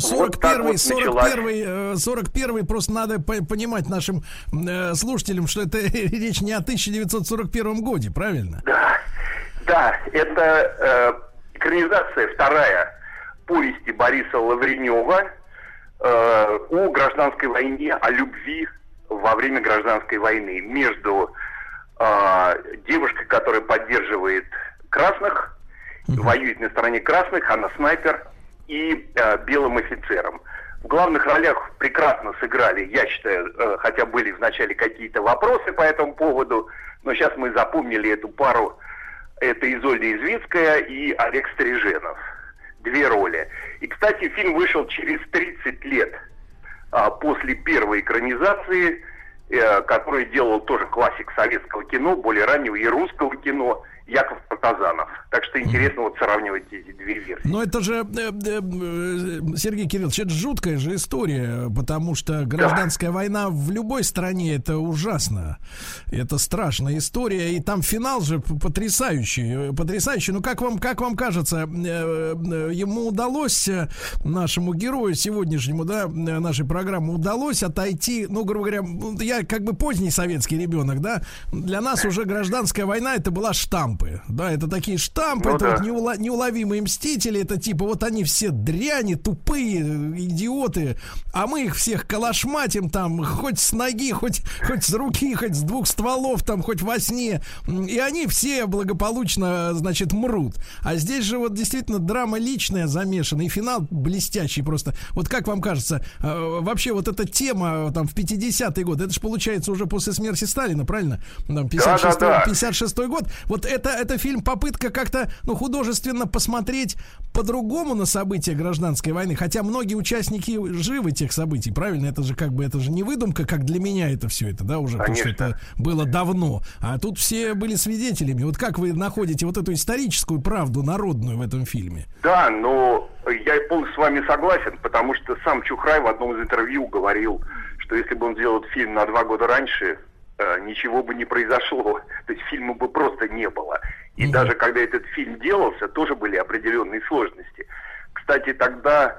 41-й, просто надо понимать нашим слушателям, что это речь не о 1941 годе, правильно? Да, это экранизация вторая повести Бориса Лавренева о гражданской войне, о любви во время гражданской войны между девушкой, которая поддерживает красных, воюет на стороне красных, она снайпер, и белым офицером. В главных ролях прекрасно сыграли, я считаю, хотя были вначале какие-то вопросы по этому поводу, но сейчас мы запомнили эту пару. Это Изольда Извицкая и Олег Стриженов. 2 роли. И, кстати, фильм вышел через 30 лет после первой экранизации, которую делал тоже классик советского кино, более раннего и русского кино, Яков Протазанов. Так что интересно вот сравнивать эти 2 версии. Но это же, Сергей Кириллович, это жуткая же история, потому что гражданская война в любой стране — это ужасно. Это страшная история, и там финал же потрясающий. Ну, как вам кажется, ему удалось, нашему герою сегодняшнему, нашей программы, удалось отойти, грубо говоря, я я как бы поздний советский ребенок, да, для нас уже гражданская война это была штампы, да, это такие штампы, это вот неуловимые мстители, это типа вот они все дряни, тупые, идиоты, а мы их всех калашматим там, хоть с ноги, хоть с руки, хоть с двух стволов, там, хоть во сне, и они все благополучно, значит, мрут. А здесь же вот действительно драма личная замешана, и финал блестящий просто. Вот как вам кажется, вообще вот эта тема там в 50-й год, это же получается уже после смерти Сталина, правильно? 56-й год. Вот это фильм, попытка как-то, ну, художественно посмотреть по-другому на события гражданской войны, хотя многие участники живы тех событий, правильно? Это же как бы, это же не выдумка, как для меня это все это, да, уже, потому что это было давно, а тут все были свидетелями. Вот как вы находите вот эту историческую правду народную в этом фильме? Да, но я полностью с вами согласен, потому что сам Чухрай в одном из интервью говорил, что если бы он сделал этот фильм на 2 года раньше, ничего бы не произошло, то есть фильма бы просто не было. И даже когда этот фильм делался, тоже были определенные сложности. Кстати, тогда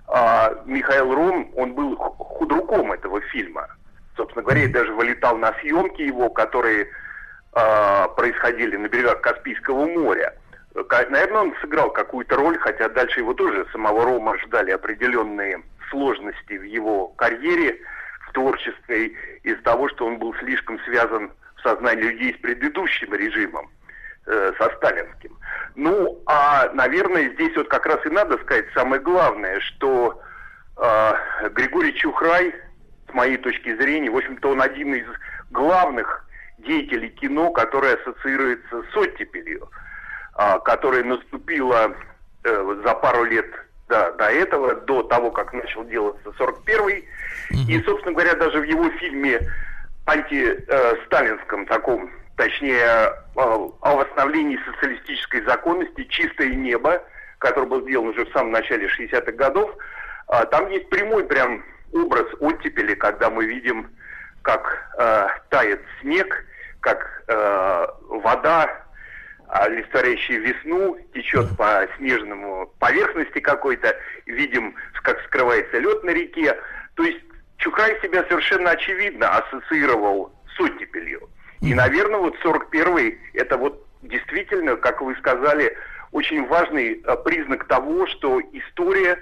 Михаил Ром, он был худруком этого фильма. Собственно говоря, я даже вылетал на съемки его, которые происходили на берегах Каспийского моря. Наверное, он сыграл какую-то роль, хотя дальше его тоже, самого Рома, ждали определенные сложности в его карьере, в творчестве, из-за того, что он был слишком связан в сознании людей с предыдущим режимом, со сталинским. Ну, а, наверное, здесь вот как раз и надо сказать самое главное, что Григорий Чухрай, с моей точки зрения, в общем-то, он один из главных деятелей кино, который ассоциируется с оттепелью, которая наступила за пару лет до этого, до того, как начал делаться 41-й. И, собственно говоря, даже в его фильме антисталинском таком, точнее, о восстановлении социалистической законности «Чистое небо», который был сделан уже в самом начале 60-х годов, там есть прямой прям образ оттепели, когда мы видим, как тает снег, как вода, олицетворяющая весну, течет по снежному поверхности какой-то, видим, как скрывается лед на реке. То есть Чухрай себя совершенно очевидно ассоциировал с оттепелью. И, наверное, вот 41-й, это вот действительно, как вы сказали, очень важный признак того, что история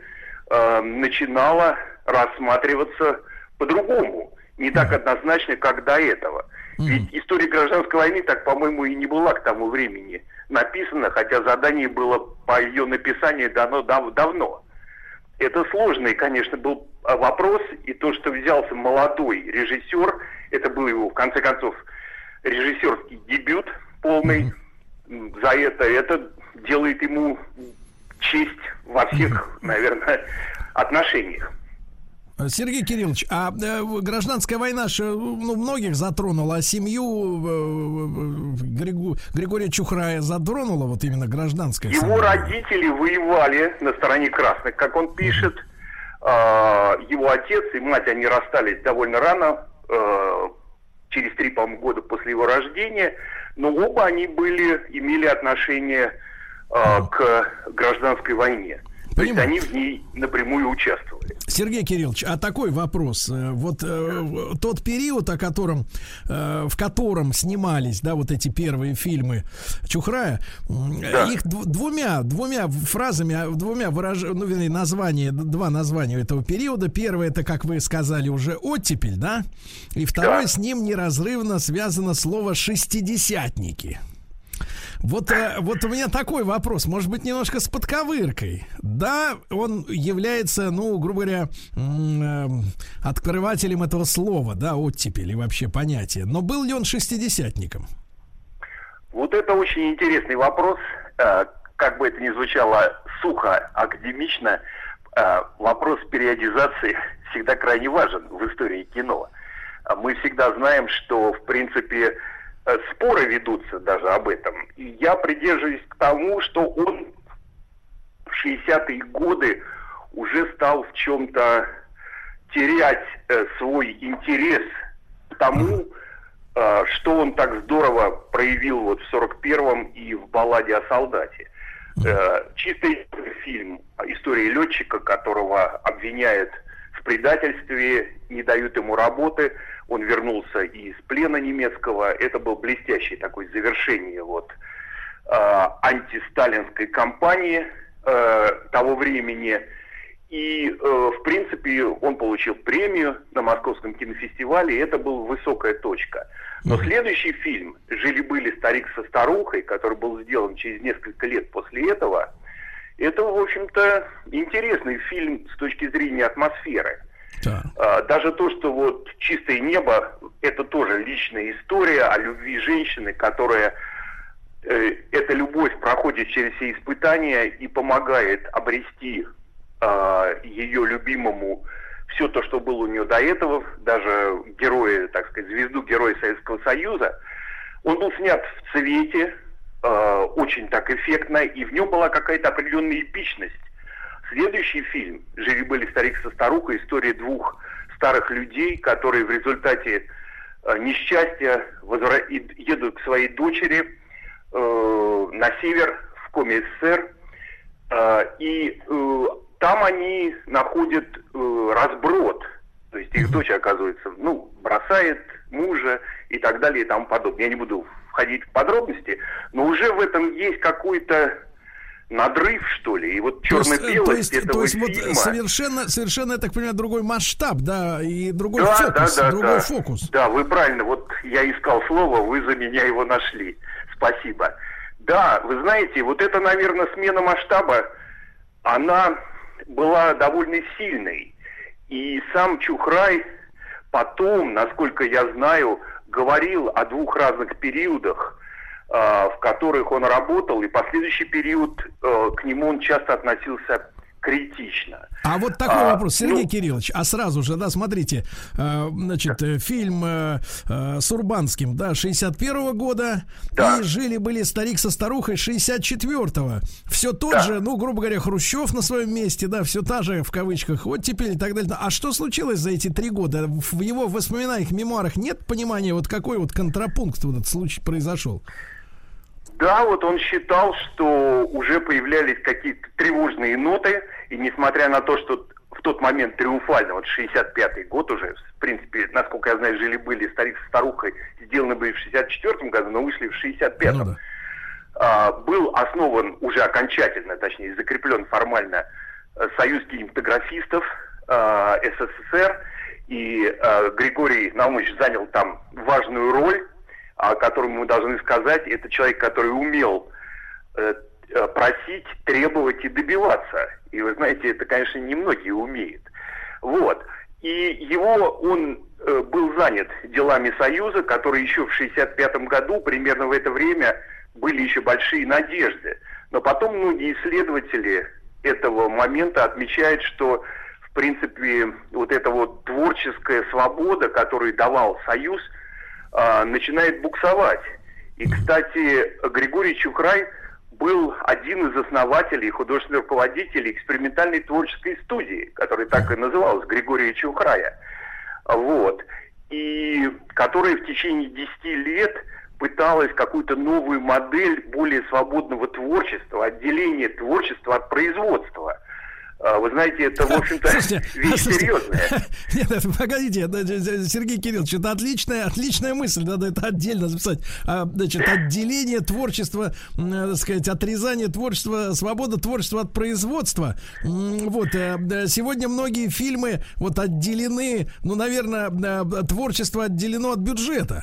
начинала рассматриваться по-другому, не так однозначно, как до этого. Ведь история гражданской войны, так, по-моему, и не была к тому времени написана, хотя задание было по ее написанию дано давно. Это сложный, конечно, был вопрос, и то, что взялся молодой режиссер, это был его, в конце концов, режиссерский дебют полный, за это делает ему честь во всех, наверное, отношениях. Сергей Кириллович, а гражданская война многих затронула, а семью Григория Чухрая затронула вот именно гражданская Его война? родители воевали на стороне красных, как он пишет. Его отец и мать, они расстались довольно рано, через 3, по-моему, года после его рождения, но оба они имели отношение к гражданской войне. То есть они в ней напрямую участвовали. Сергей Кириллович, а такой вопрос. Вот тот период, в котором снимались, да, вот эти первые фильмы Чухрая, их двумя фразами, два названия этого периода. Первое, это, как вы сказали, уже оттепель, да? И второе, с ним неразрывно связано слово «шестидесятники». Вот у меня такой вопрос, может быть, немножко с подковыркой. Да, он является, грубо говоря, открывателем этого слова, да, оттепель и вообще понятия. Но был ли он шестидесятником? Вот это очень интересный вопрос. Как бы это ни звучало сухо, академично, вопрос периодизации всегда крайне важен в истории кино. Мы всегда знаем, что, в принципе, споры ведутся даже об этом. И я придерживаюсь к тому, что он в 60-е годы уже стал в чем-то терять свой интерес к тому, что он так здорово проявил вот в 41-м и в «Балладе о солдате». Чистый фильм о истории летчика, которого обвиняет в предательстве, не дают ему работы. Он вернулся из плена немецкого. Это был блестящий такой завершение вот антисталинской кампании того времени. И, в принципе, он получил премию на Московском кинофестивале, и это была высокая точка. Но следующий фильм «Жили-были старик со старухой», который был сделан через несколько лет после этого, это, в общем-то, интересный фильм с точки зрения атмосферы. Да. Даже то, что вот «Чистое небо» — это тоже личная история о любви женщины, которая... эта любовь проходит через все испытания и помогает обрести ее любимому все то, что было у нее до этого, даже героя, так сказать, звезду Героя Советского Союза. Он был снят в цвете, очень так эффектно, и в нем была какая-то определенная эпичность. Следующий фильм «Жили-были старик со старухой», история двух старых людей, которые в результате несчастья едут к своей дочери на север, в Коми СССР, и там они находят разброд, то есть их дочь, оказывается, бросает мужа и так далее и тому подобное. Я не буду входить в подробности, но уже в этом есть какой-то надрыв, что ли, и вот черно-белость этого фильма... Вот совершенно, я так понимаю, другой масштаб, да, и другой фокус. Да, вы правильно, вот я искал слово, вы за меня его нашли. Спасибо. Да, вы знаете, вот это, наверное, смена масштаба, она была довольно сильной. И сам Чухрай потом, насколько я знаю, говорил о двух разных периодах, в которых он работал, и последующий период к нему он часто относился критично. А вот такой вопрос, Сергей Кириллович, сразу же, да, смотрите, значит, фильм с Урбанским, да, 61-го года, и «Жили-были старик со старухой» 64-го. Все тот же, грубо говоря, Хрущев на своем месте, да, все та же, в кавычках, оттепель и так далее. А что случилось за эти 3 года? В его воспоминаниях, мемуарах нет понимания, вот какой вот контрапункт в этот случай произошел? Да, вот он считал, что уже появлялись какие-то тревожные ноты, и несмотря на то, что в тот момент триумфально, вот 65-й год уже, в принципе, насколько я знаю, «Жили-были старик со старухой» сделаны были в 64-м году, но вышли в 65-м. Был основан уже окончательно, точнее, закреплен формально Союз кинематографистов СССР, и Григорий Наумович занял там важную роль, о котором мы должны сказать. Это человек, который умел просить, требовать и добиваться. И вы знаете, это, конечно, немногие умеют. Вот. И он был занят делами Союза, которые еще в 65-м году, примерно в это время, были еще большие надежды. Но потом многие исследователи этого момента отмечают, что, в принципе, вот эта вот творческая свобода, которую давал Союз, начинает буксовать. И, кстати, Григорий Чухрай был один из основателей, художественных руководителей экспериментальной творческой студии, которая так и называлась, Григория Чухрая. Вот. И которая в течение 10 лет пыталась какую-то новую модель более сводного творчества, отделения творчества от производства. Вы знаете, это, в общем-то, вещь серьезная. Нет, погодите, Сергей Кириллович, это отличная мысль, надо это отдельно записать. Значит, отделение творчества, так сказать, отрезание творчества, свобода творчества от производства. Вот, сегодня многие фильмы вот отделены, наверное, творчество отделено от бюджета.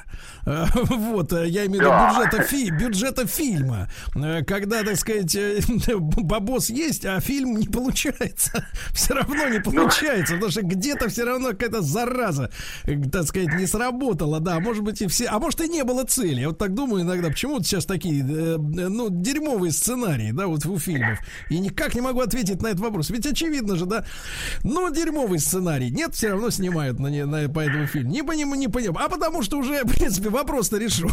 Вот, я имею в виду бюджета фильма. Когда, так сказать, бабос есть, а фильм не получается. Все равно не получается, потому что где-то все равно какая-то зараза, так сказать, не сработала, да, может быть и все, а может и не было цели. Я вот так думаю иногда, почему вот сейчас такие, дерьмовые сценарии, да, вот у фильмов, и никак не могу ответить на этот вопрос, ведь очевидно же, да, дерьмовый сценарий, нет, все равно снимают по этому фильму, не понимаю, а потому что уже, в принципе, вопрос-то решен.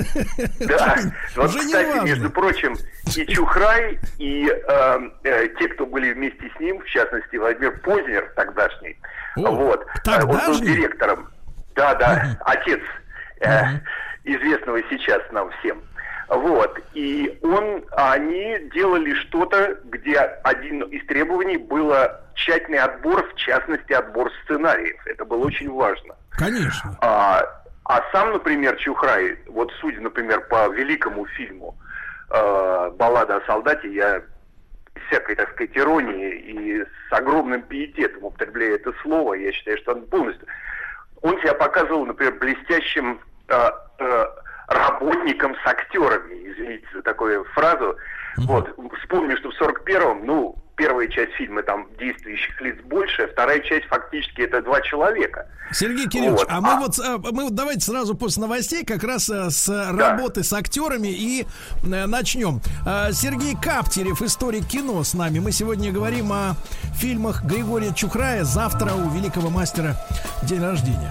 Да, вот, кстати, между прочим, и Чухрай, и те, кто были вместе с ним, в частности, Владимир Познер тогдашний, он был директором, отец известного сейчас нам всем. Вот. И они делали что-то, где один из требований было тщательный отбор, в частности, отбор сценариев. Это было очень важно. Конечно. А сам, например, Чухрай, вот судя, например, по великому фильму «Баллада о солдате», я всякой, так сказать, иронии и с огромным пиететом употребляю это слово, я считаю, что он полностью... Он себя показывал, например, блестящим работником с актерами, извините за такую фразу. Вот, вспомню, что в 41-м, первая часть фильма, там действующих лиц больше, а вторая часть фактически это 2 человека. Сергей Кириллович, мы давайте сразу после новостей как раз с работы с актерами и начнем. Сергей Каптерев, историк кино, с нами. Мы сегодня говорим о фильмах Григория Чухрая. Завтра у великого мастера день рождения.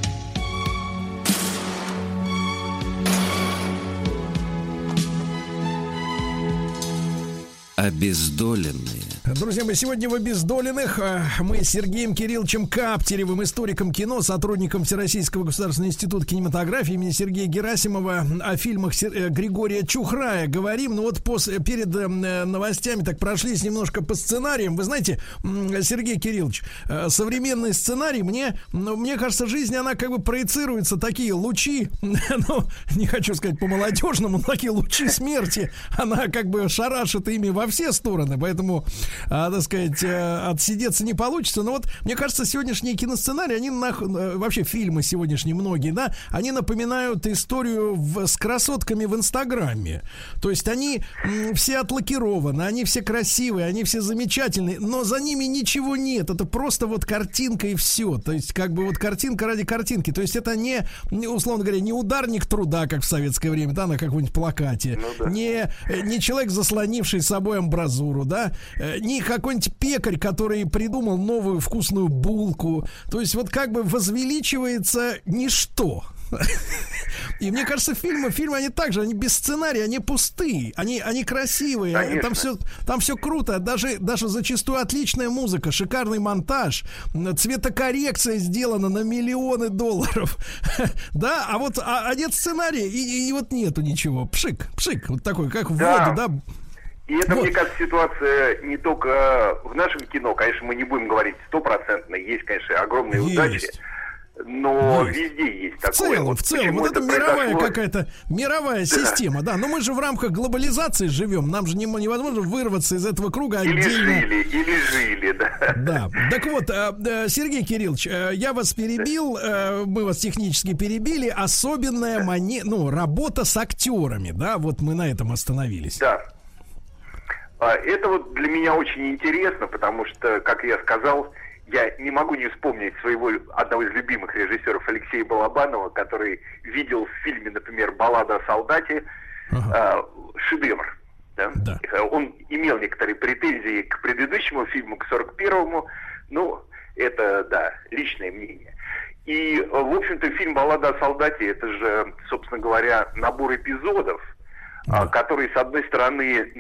Обездоленные. Друзья мои, сегодня в «Обездоленных» мы с Сергеем Кирилловичем Каптеревым, историком кино, сотрудником Всероссийского государственного института кинематографии имени Сергея Герасимова, о фильмах Григория Чухрая говорим. Ну вот перед новостями так прошлись немножко по сценариям. Вы знаете, Сергей Кириллович, современный сценарий, мне кажется, жизнь, она как бы проецируется, такие лучи, не хочу сказать по-молодежному, такие лучи смерти, она как бы шарашит ими во все стороны, поэтому, так сказать, отсидеться не получится. Но вот, мне кажется, сегодняшние киносценарии, они вообще фильмы сегодняшние многие, да, они напоминают историю с красотками в Инстаграме. То есть они все отлакированы, они все красивые, они все замечательные, но за ними ничего нет. Это просто вот картинка и все. То есть как бы вот картинка ради картинки. То есть это не условно говоря, не ударник труда, как в советское время, да, на каком-нибудь плакате, не человек, заслонивший собой амбразуру, да, не какой-нибудь пекарь, который придумал новую вкусную булку. То есть вот как бы возвеличивается ничто. И мне кажется, фильмы, они также, они без сценария, они пустые, они красивые, там все круто, даже зачастую отличная музыка, шикарный монтаж, цветокоррекция сделана на миллионы долларов, да, а нет сценария, и вот нету ничего, пшик, вот такой, как в воду, да. И это, мне кажется, ситуация не только в нашем кино, конечно, мы не будем говорить стопроцентно, есть, конечно, огромные удачи, но везде есть такое. В целом, вот это мировая какая-то мировая система, да. Но мы же в рамках глобализации живем, нам же невозможно вырваться из этого круга отдельно. Или жили, да. Да. Так вот, Сергей Кириллович, я вас перебил, мы вас технически перебили. Особенная работа с актерами, да, вот мы на этом остановились. Да. Это вот для меня очень интересно, потому что, как я сказал, я не могу не вспомнить одного из любимых режиссеров Алексея Балабанова, который видел в фильме, например, «Баллада о солдате» шедевр. Да? Да. Он имел некоторые претензии к предыдущему фильму, к 41-му, это, да, личное мнение. И, в общем-то, фильм «Баллада о солдате» — это же, собственно говоря, набор эпизодов, которые, с одной стороны,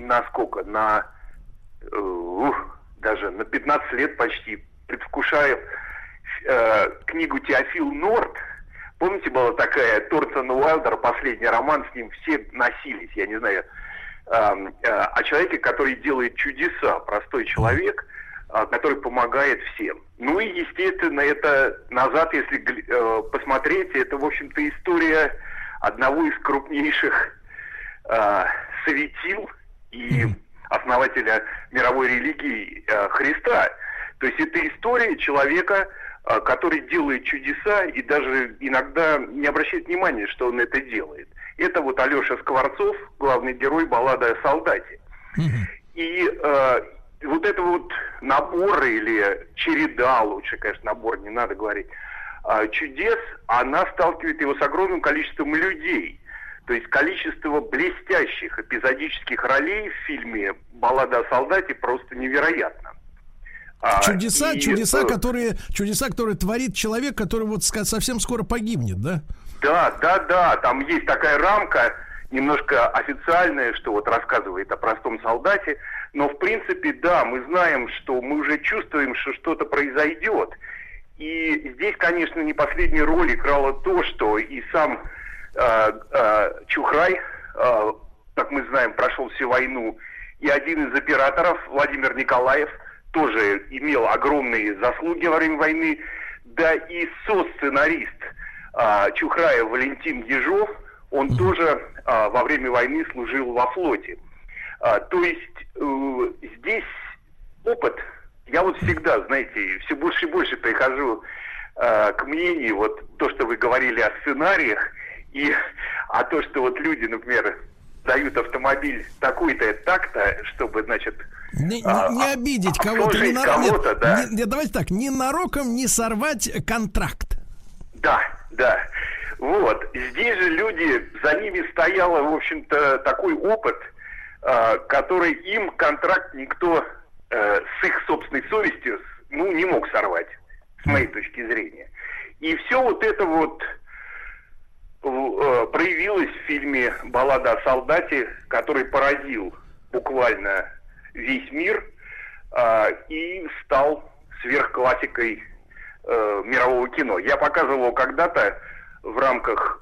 даже на 15 лет почти предвкушают книгу Теофил Норт. Помните, была такая Торстен Уайлдер, последний роман, с ним все носились, я не знаю, о человеке, который делает чудеса, простой человек, который помогает всем. Ну и, естественно, это назад, если посмотреть, это, в общем-то, история одного из крупнейших светил и основателя мировой религии Христа. То есть это история человека, который делает чудеса и даже иногда не обращает внимания, что он это делает. Это вот Алеша Скворцов, главный герой «Баллады о солдате». И вот это вот набор или череда, лучше, конечно, набор, не надо говорить, чудес, она сталкивает его с огромным количеством людей. То есть количество блестящих эпизодических ролей в фильме «Баллада о солдате» просто невероятно. Чудеса, которые творит человек, который вот совсем скоро погибнет, да? Да. Там есть такая рамка, немножко официальная, что вот рассказывает о простом солдате. Но, в принципе, да, мы знаем, что мы уже чувствуем, что что-то произойдет. И здесь, конечно, не последнюю роль играло то, что и сам Чухрай как мы знаем, прошел всю войну. И один из операторов, Владимир Николаев, тоже имел огромные заслуги во время войны. Да и со-сценарист Чухрая Валентин Ежов, он тоже во время войны служил во флоте. То есть здесь опыт, я вот всегда, знаете, все больше и больше прихожу к мнению, вот то, что вы говорили о сценариях, а то, что вот люди, например, дают автомобиль такой-то, так-то, чтобы, значит... Не обидеть кого-то, давайте так, ненароком не сорвать контракт. Да. Вот. Здесь же люди, за ними стоял, в общем-то, такой опыт, который им контракт никто с их собственной совестью, не мог сорвать, с моей точки зрения. И все вот это вот проявилось в фильме «Баллада о солдате», который поразил буквально весь мир и стал сверхклассикой мирового кино. Я показывал его когда-то в рамках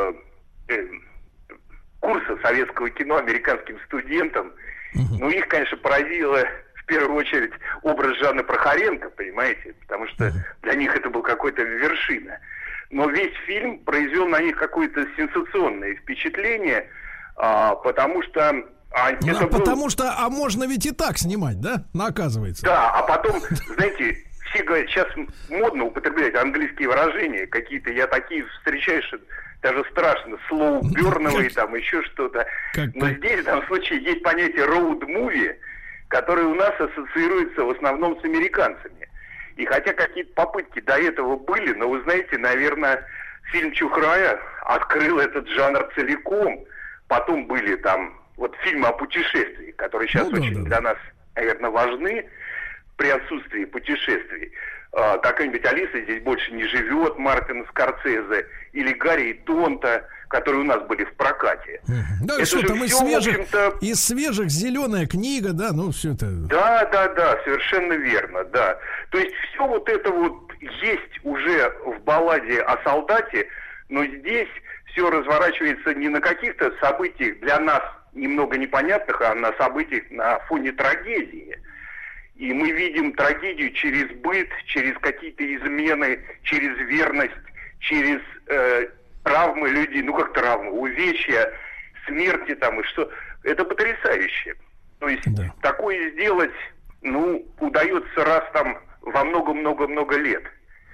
курса советского кино американским студентам. Их, конечно, поразило в первую очередь образ Жанны Прохоренко, понимаете, потому что для них это был какой-то вершина. Но весь фильм произвел на них какое-то сенсационное впечатление, потому что... Потому что можно ведь и так снимать, да? Оказывается. Да, а потом, знаете, все говорят, сейчас модно употреблять английские выражения, какие-то я такие встречаю, что даже страшно, слоу-берновые, там еще что-то. Но здесь, в данном случае, есть понятие роуд-муви, которое у нас ассоциируется в основном с американцами. И хотя какие-то попытки до этого были, но вы знаете, наверное, фильм Чухрая открыл этот жанр целиком. Потом были там вот фильмы о путешествии, которые сейчас очень для нас, наверное, важны при отсутствии путешествий. Какая-нибудь «Алиса здесь больше не живет» Мартина Скорсезе или «Гарри и Тонта», которые у нас были в прокате. Да, это что там из свежих «Зеленая книга», да, все это... Да, совершенно верно, да. То есть все вот это вот есть уже в «Балладе о солдате», но здесь все разворачивается не на каких-то событиях для нас немного непонятных, а на событиях на фоне трагедии. И мы видим трагедию через быт, через какие-то измены, через верность, через травмы людей, травмы, увечья, смерти там и что. Это потрясающе. То есть такое сделать, удается раз там во много-много-много лет.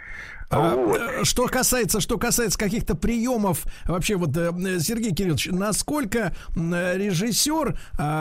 Что касается каких-то приемов, вообще Сергей Кириллович, насколько режиссер,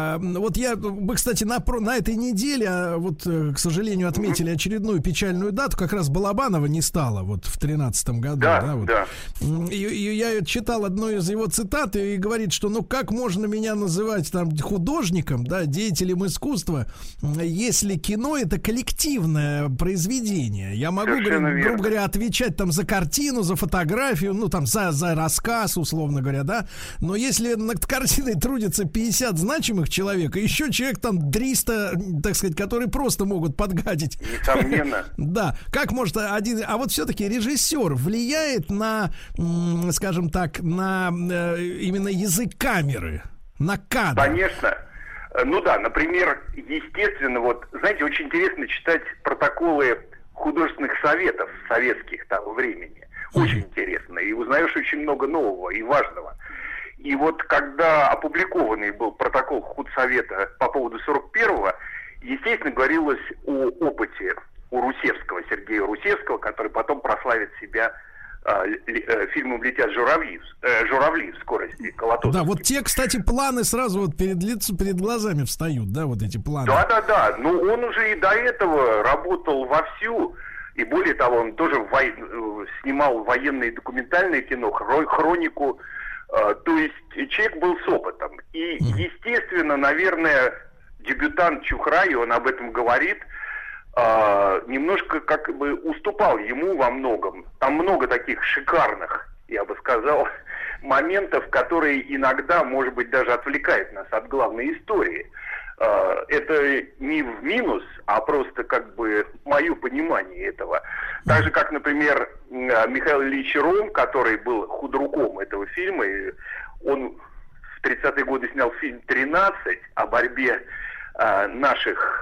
вы, кстати, на этой неделе, к сожалению, отметили очередную печальную дату, как раз Балабанова не стало в 2013 году. Да. И я читал одну из его цитат, и говорит, что как можно меня называть там художником, деятелем искусства, если кино это коллективное произведение. Я могу, грубо говоря, отвечать там за картину, за фотографию, за рассказ, условно говоря, да. Но если над картиной трудится 50 значимых человек, и еще человек там 300, так сказать, которые просто могут подгадить. Несомненно. Да. Как может один... А вот все-таки режиссер влияет на, скажем так, на именно язык камеры, на кадр. Конечно. Например, естественно, знаете, очень интересно читать протоколы художественных советов советских того времени. Очень интересно. И узнаешь очень много нового и важного. И когда опубликованный был протокол худсовета по поводу 41-го, естественно, говорилось о опыте у Русевского, Сергея Русевского, который потом прославит себя фильмом «Летят журавли в скорости» Колотовский. Да, те, кстати, планы сразу перед глазами встают, эти планы. Да. Он уже и до этого работал вовсю, и более того, он тоже снимал военное и документальное кино, хронику, то есть человек был с опытом. И, естественно, наверное, дебютант Чухрай, он об этом говорит, немножко уступал ему во многом. Там много таких шикарных, я бы сказал, моментов, которые иногда, может быть, даже отвлекают нас от главной истории. Это не в минус, а просто мое понимание этого. Так же, как, например, Михаил Ильич Ром, который был худруком этого фильма, и он в 30-е годы снял фильм «13» о борьбе наших,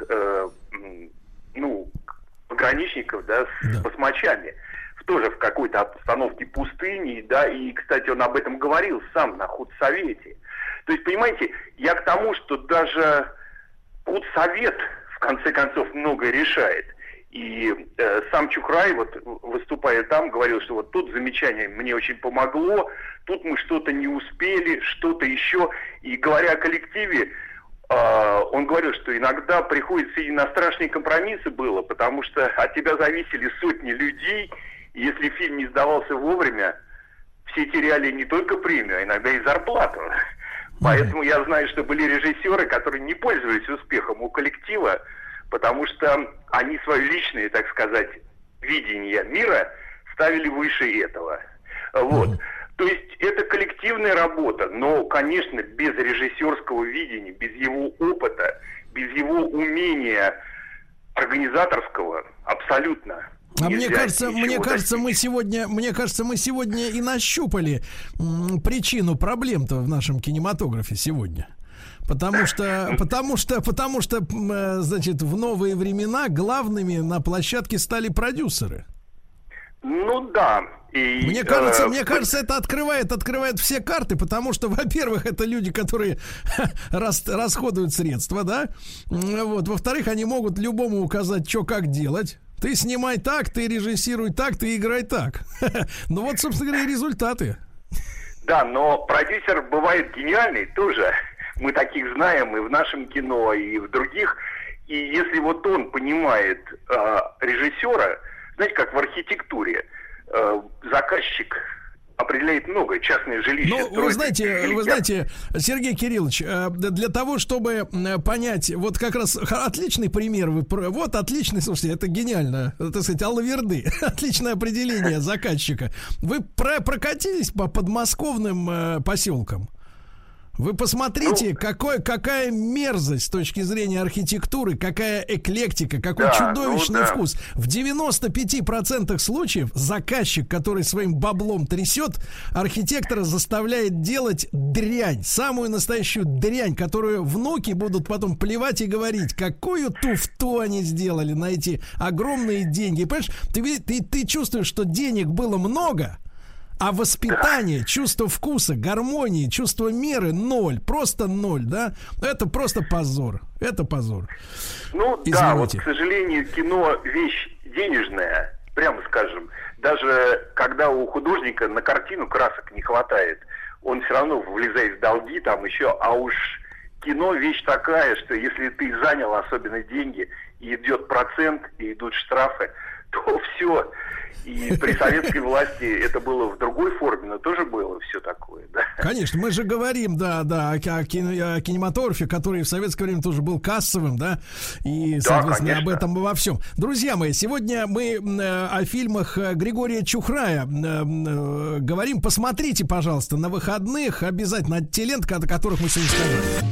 пограничников, да, с басмачами. Тоже в какой-то обстановке пустыни, да, и, кстати, он об этом говорил сам на худсовете. То есть, понимаете, я к тому, что даже худсовет, в конце концов, многое решает. И сам Чухрай, вот, выступая там, говорил, что вот тут замечание мне очень помогло, тут мы что-то не успели, что-то еще. И говоря о коллективе, он говорил, что иногда приходится и на страшные компромиссы было, потому что от тебя зависели сотни людей. Если фильм не сдавался вовремя, все теряли не только премию, а иногда и зарплату. Поэтому я знаю, что были режиссеры, которые не пользовались успехом у коллектива, потому что они свое личное, так сказать, видение мира ставили выше этого. Вот. То есть это коллективная работа, но, конечно, без режиссерского видения, без его опыта, без его умения организаторского абсолютно. А мне кажется, мы сегодня и нащупали причину проблем-то в нашем кинематографе сегодня. Потому что, значит, в новые времена главными на площадке стали продюсеры. Ну да. И, мне кажется, это открывает все карты, потому что, во-первых, это люди, которые расходуют средства, да. Вот, во-вторых, они могут любому указать, что как делать. Ты снимай так, ты режиссируй так, ты играй так. Ну вот, собственно говоря, и результаты. Да, но продюсер бывает гениальный тоже. Мы таких знаем и в нашем кино, и в других. И если вот он понимает режиссера, знаете, как в архитектуре, заказчик определяет многое, частное жилище. Ну, вы знаете, Сергей Кириллович, для того, чтобы понять, вот как раз отличный пример, вот отличный, слушайте, это гениально, так сказать, алаверды, отличное определение заказчика. Вы прокатились по подмосковным поселкам? Вы посмотрите, какая мерзость с точки зрения архитектуры, какая эклектика, какой чудовищный вкус. В 95% случаев заказчик, который своим баблом трясет, архитектора заставляет делать дрянь, самую настоящую дрянь, которую внуки будут потом плевать и говорить, какую туфту они сделали на эти огромные деньги. Понимаешь, ты чувствуешь, что денег было много, а воспитание, чувство вкуса, гармонии, чувство меры ноль, просто ноль, да? Это просто позор. Это позор. Ну извините. Да, вот, к сожалению, кино вещь денежная, прямо скажем. Даже когда у художника на картину красок не хватает, он все равно влезает в долги там еще, а уж кино вещь такая, что если ты занял особенно деньги, и идет процент, и идут штрафы, то все. И при советской власти это было в другой форме, но тоже было все такое, да. Конечно, мы же говорим, о кинематографе, который в советское время тоже был кассовым, да, и, соответственно, конечно, об этом во всем. Друзья мои, сегодня мы о фильмах Григория Чухрая говорим. Посмотрите, пожалуйста, на выходных обязательно те ленты, о которых мы сегодня сказали.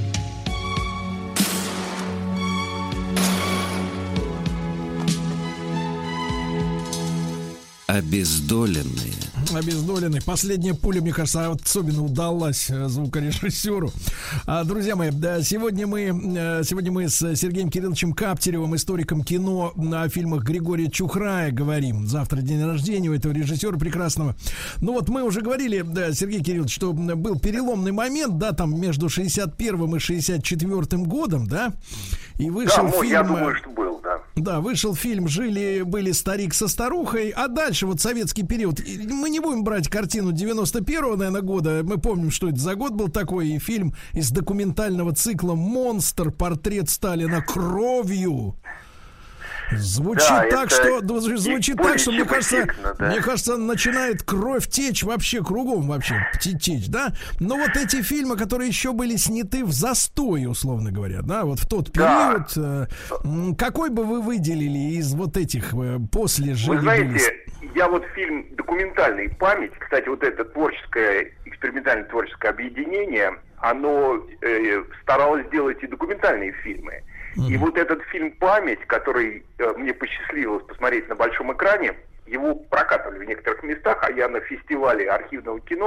Обездоленный. Последняя пуля, мне кажется, особенно удалась звукорежиссеру. Друзья мои, сегодня мы с Сергеем Кирилловичем Каптеревым, историком кино, о фильмах Григория Чухрая говорим. Завтра день рождения у этого режиссера прекрасного. Ну вот мы уже говорили, Сергей Кириллович, что был переломный момент, да, там между 61-м и 64-м годом, да, и вышел фильм... я думаю, что был, да. Да, вышел фильм «Жили-были старик со старухой», а дальше вот советский период. Мы не будем брать картину 91-го, наверное, года. Мы помним, что это за год был такой. И фильм из документального цикла «Монстр. Портрет Сталина кровью». Звучит так, что мне кажется, начинает кровь течь вообще кругом, течь, да. Но вот эти фильмы, которые еще были сняты в застое, условно говоря, да, вот в тот период, какой бы вы выделили из вот этих после «Жили-были»? Вы знаете, я вот фильм «Документальная память», кстати, вот это экспериментальное творческое объединение, оно старалось делать и документальные фильмы. И вот этот фильм «Память», который мне посчастливилось посмотреть на большом экране, его прокатывали в некоторых местах, а я на фестивале архивного кино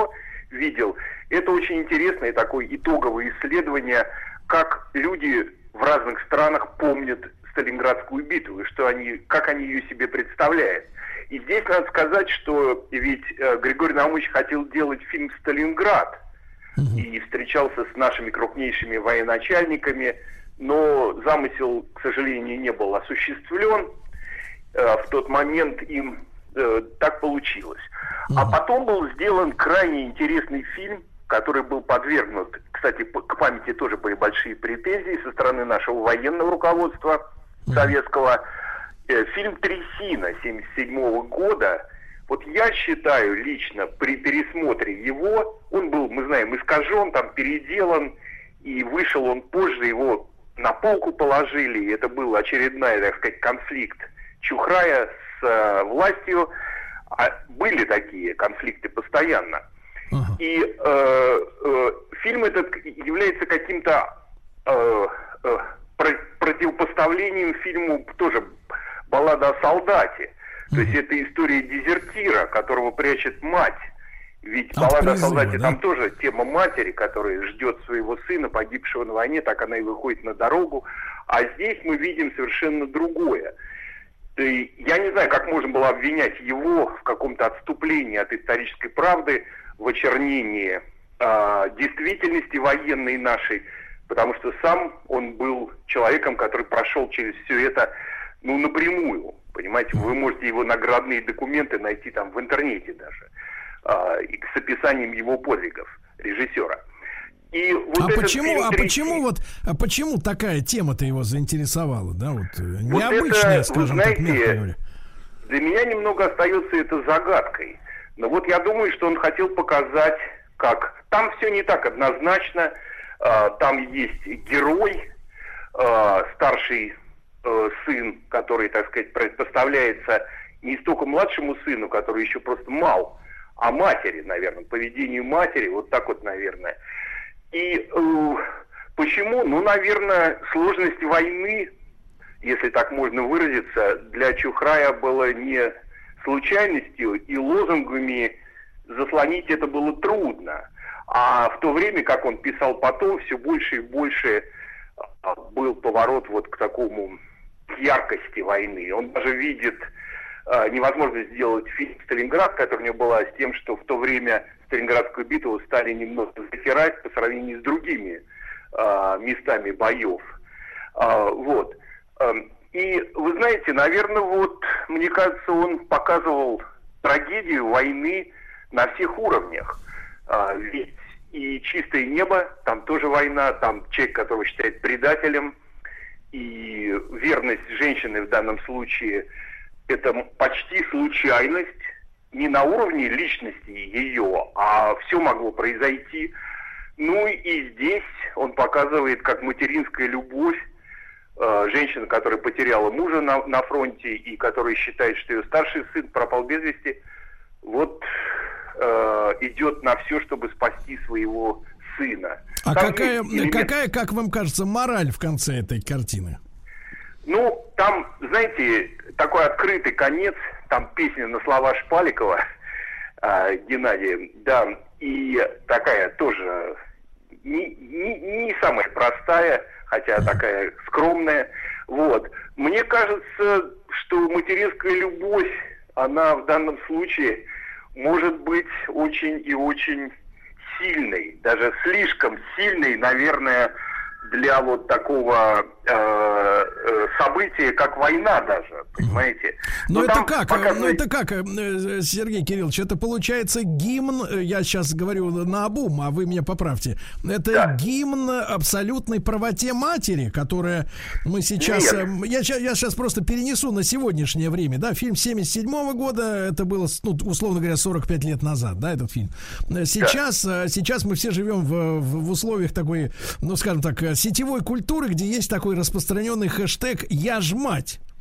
видел. Это очень интересное такое итоговое исследование, как люди в разных странах помнят Сталинградскую битву, и как они ее себе представляют. И здесь надо сказать, что ведь Григорий Наумович хотел делать фильм «Сталинград», и встречался с нашими крупнейшими военачальниками, но замысел, к сожалению, не был осуществлен. В тот момент им так получилось. А потом был сделан крайне интересный фильм, который был подвергнут, кстати, к памяти тоже были большие претензии со стороны нашего военного руководства советского. Фильм «Трясина» 1977 года. Вот я считаю лично, при пересмотре его, он был, мы знаем, искажен, там переделан, и вышел он позже, его на полку положили, и это был очередной, так сказать, конфликт Чухрая с властью. Были такие конфликты постоянно. И фильм этот является каким-то противопоставлением фильму тоже «Баллада о солдате». То есть это история дезертира, которого прячет мать. Ведь «Баллада о солдате», там тоже тема матери, которая ждет своего сына, погибшего на войне, так она и выходит на дорогу. А здесь мы видим совершенно другое. И я не знаю, как можно было обвинять его в каком-то отступлении от исторической правды, в очернении действительности военной нашей, потому что сам он был человеком, который прошел через все это, напрямую. Понимаете, вы можете его наградные документы найти там в интернете даже, и с описанием его подвигов режиссера. И вот почему такая тема-то его заинтересовала, да, вот необычная, скажем так, мягко говоря? Для меня немного остается это загадкой. Но вот я думаю, что он хотел показать, как там все не так однозначно. Там есть герой, старший сын, который, так сказать, поставляется не столько младшему сыну, который еще просто мал, а матери, наверное, поведению матери, вот так вот, наверное. И почему? Наверное, сложность войны, если так можно выразиться, для Чухрая была не случайностью, и лозунгами заслонить это было трудно. А в то время, как он писал потом, все больше и больше был поворот вот к такому, к яркости войны. Он даже видит невозможность сделать фильм «Сталинград», который у него была, с тем, что в то время Сталинградскую битву стали немного затирать по сравнению с другими местами боев. Вот. И вы знаете, наверное, вот, мне кажется, он показывал трагедию войны на всех уровнях. Ведь и «Чистое небо», там тоже война, там человек, которого считают предателем, и верность женщины в данном случае – это почти случайность, не на уровне личности ее, а все могло произойти. Ну и здесь он показывает, как материнская любовь, женщина, которая потеряла мужа на фронте и которая считает, что ее старший сын пропал без вести, вот идет на все, чтобы спасти своего сына. А какая, как вам кажется, мораль в конце этой картины? Ну, там, знаете, такой открытый конец, там песня на слова Шпаликова, Геннадия, да, и такая тоже не самая простая, хотя такая скромная. Вот. Мне кажется, что материнская любовь, она в данном случае может быть очень и очень сильной, даже слишком сильной, наверное, для вот такого события, как война даже, понимаете? Но это как, Сергей Кириллович, это получается гимн, я сейчас говорю наобум, а вы меня поправьте, это гимн абсолютной правоте матери, которая мы сейчас, я сейчас просто перенесу на сегодняшнее время, да, фильм 77-го года, это было, условно говоря, 45 лет назад, да, этот фильм. Сейчас мы все живем в условиях такой, скажем так, сетевой культуры, где есть такой распространенный хэштег «Я ж мать».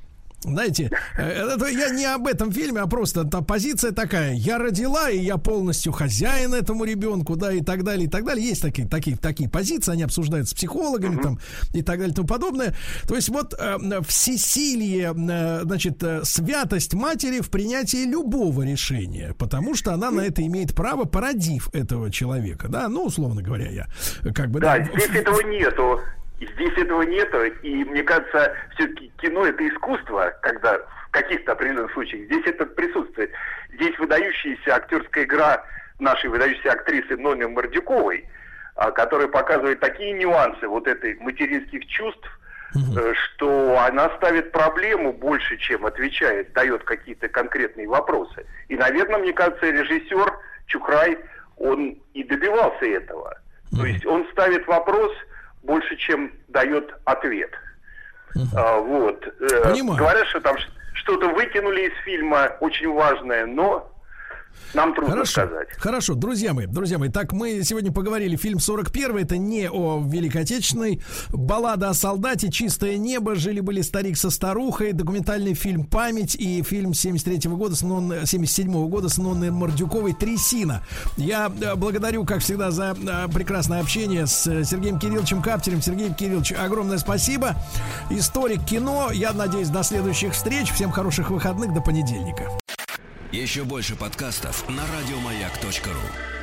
Знаете, это я не об этом фильме, а просто та позиция такая: я родила, и я полностью хозяин этому ребенку, да, и так далее, и так далее. Есть такие позиции, они обсуждаются с психологами там и так далее и тому подобное. То есть вот всесилие, значит, святость матери в принятии любого решения, потому что она на это имеет право, породив этого человека, да, ну, условно говоря, я как бы... Да, здесь этого нету. Здесь этого нету, и мне кажется, все-таки кино — это искусство, когда в каких-то определенных случаях здесь это присутствует. Здесь выдающаяся актерская игра нашей выдающейся актрисы Ноны Мордюковой, которая показывает такие нюансы вот этой материнских чувств, что она ставит проблему больше, чем отвечает, дает какие-то конкретные вопросы. И, наверное, мне кажется, режиссер Чухрай, он и добивался этого. То есть он ставит вопрос больше, чем дает ответ. Вот. Говорят, что там что-то выкинули из фильма очень важное, но нам трудно сказать. Хорошо, друзья мои, так мы сегодня поговорили. Фильм 41, это не о Великой Отечественной. Баллада о солдате, Чистое небо, Жили-были старик со старухой, документальный фильм «Память» и фильм 77-го года с Нонной Мордюковой «Трясина». Я благодарю, как всегда, за прекрасное общение с Сергеем Кирилловичем Каптерем. Сергей Кириллович, огромное спасибо. Историк кино. Я надеюсь, до следующих встреч. Всем хороших выходных, до понедельника. Еще больше подкастов на радиомаяк.ру.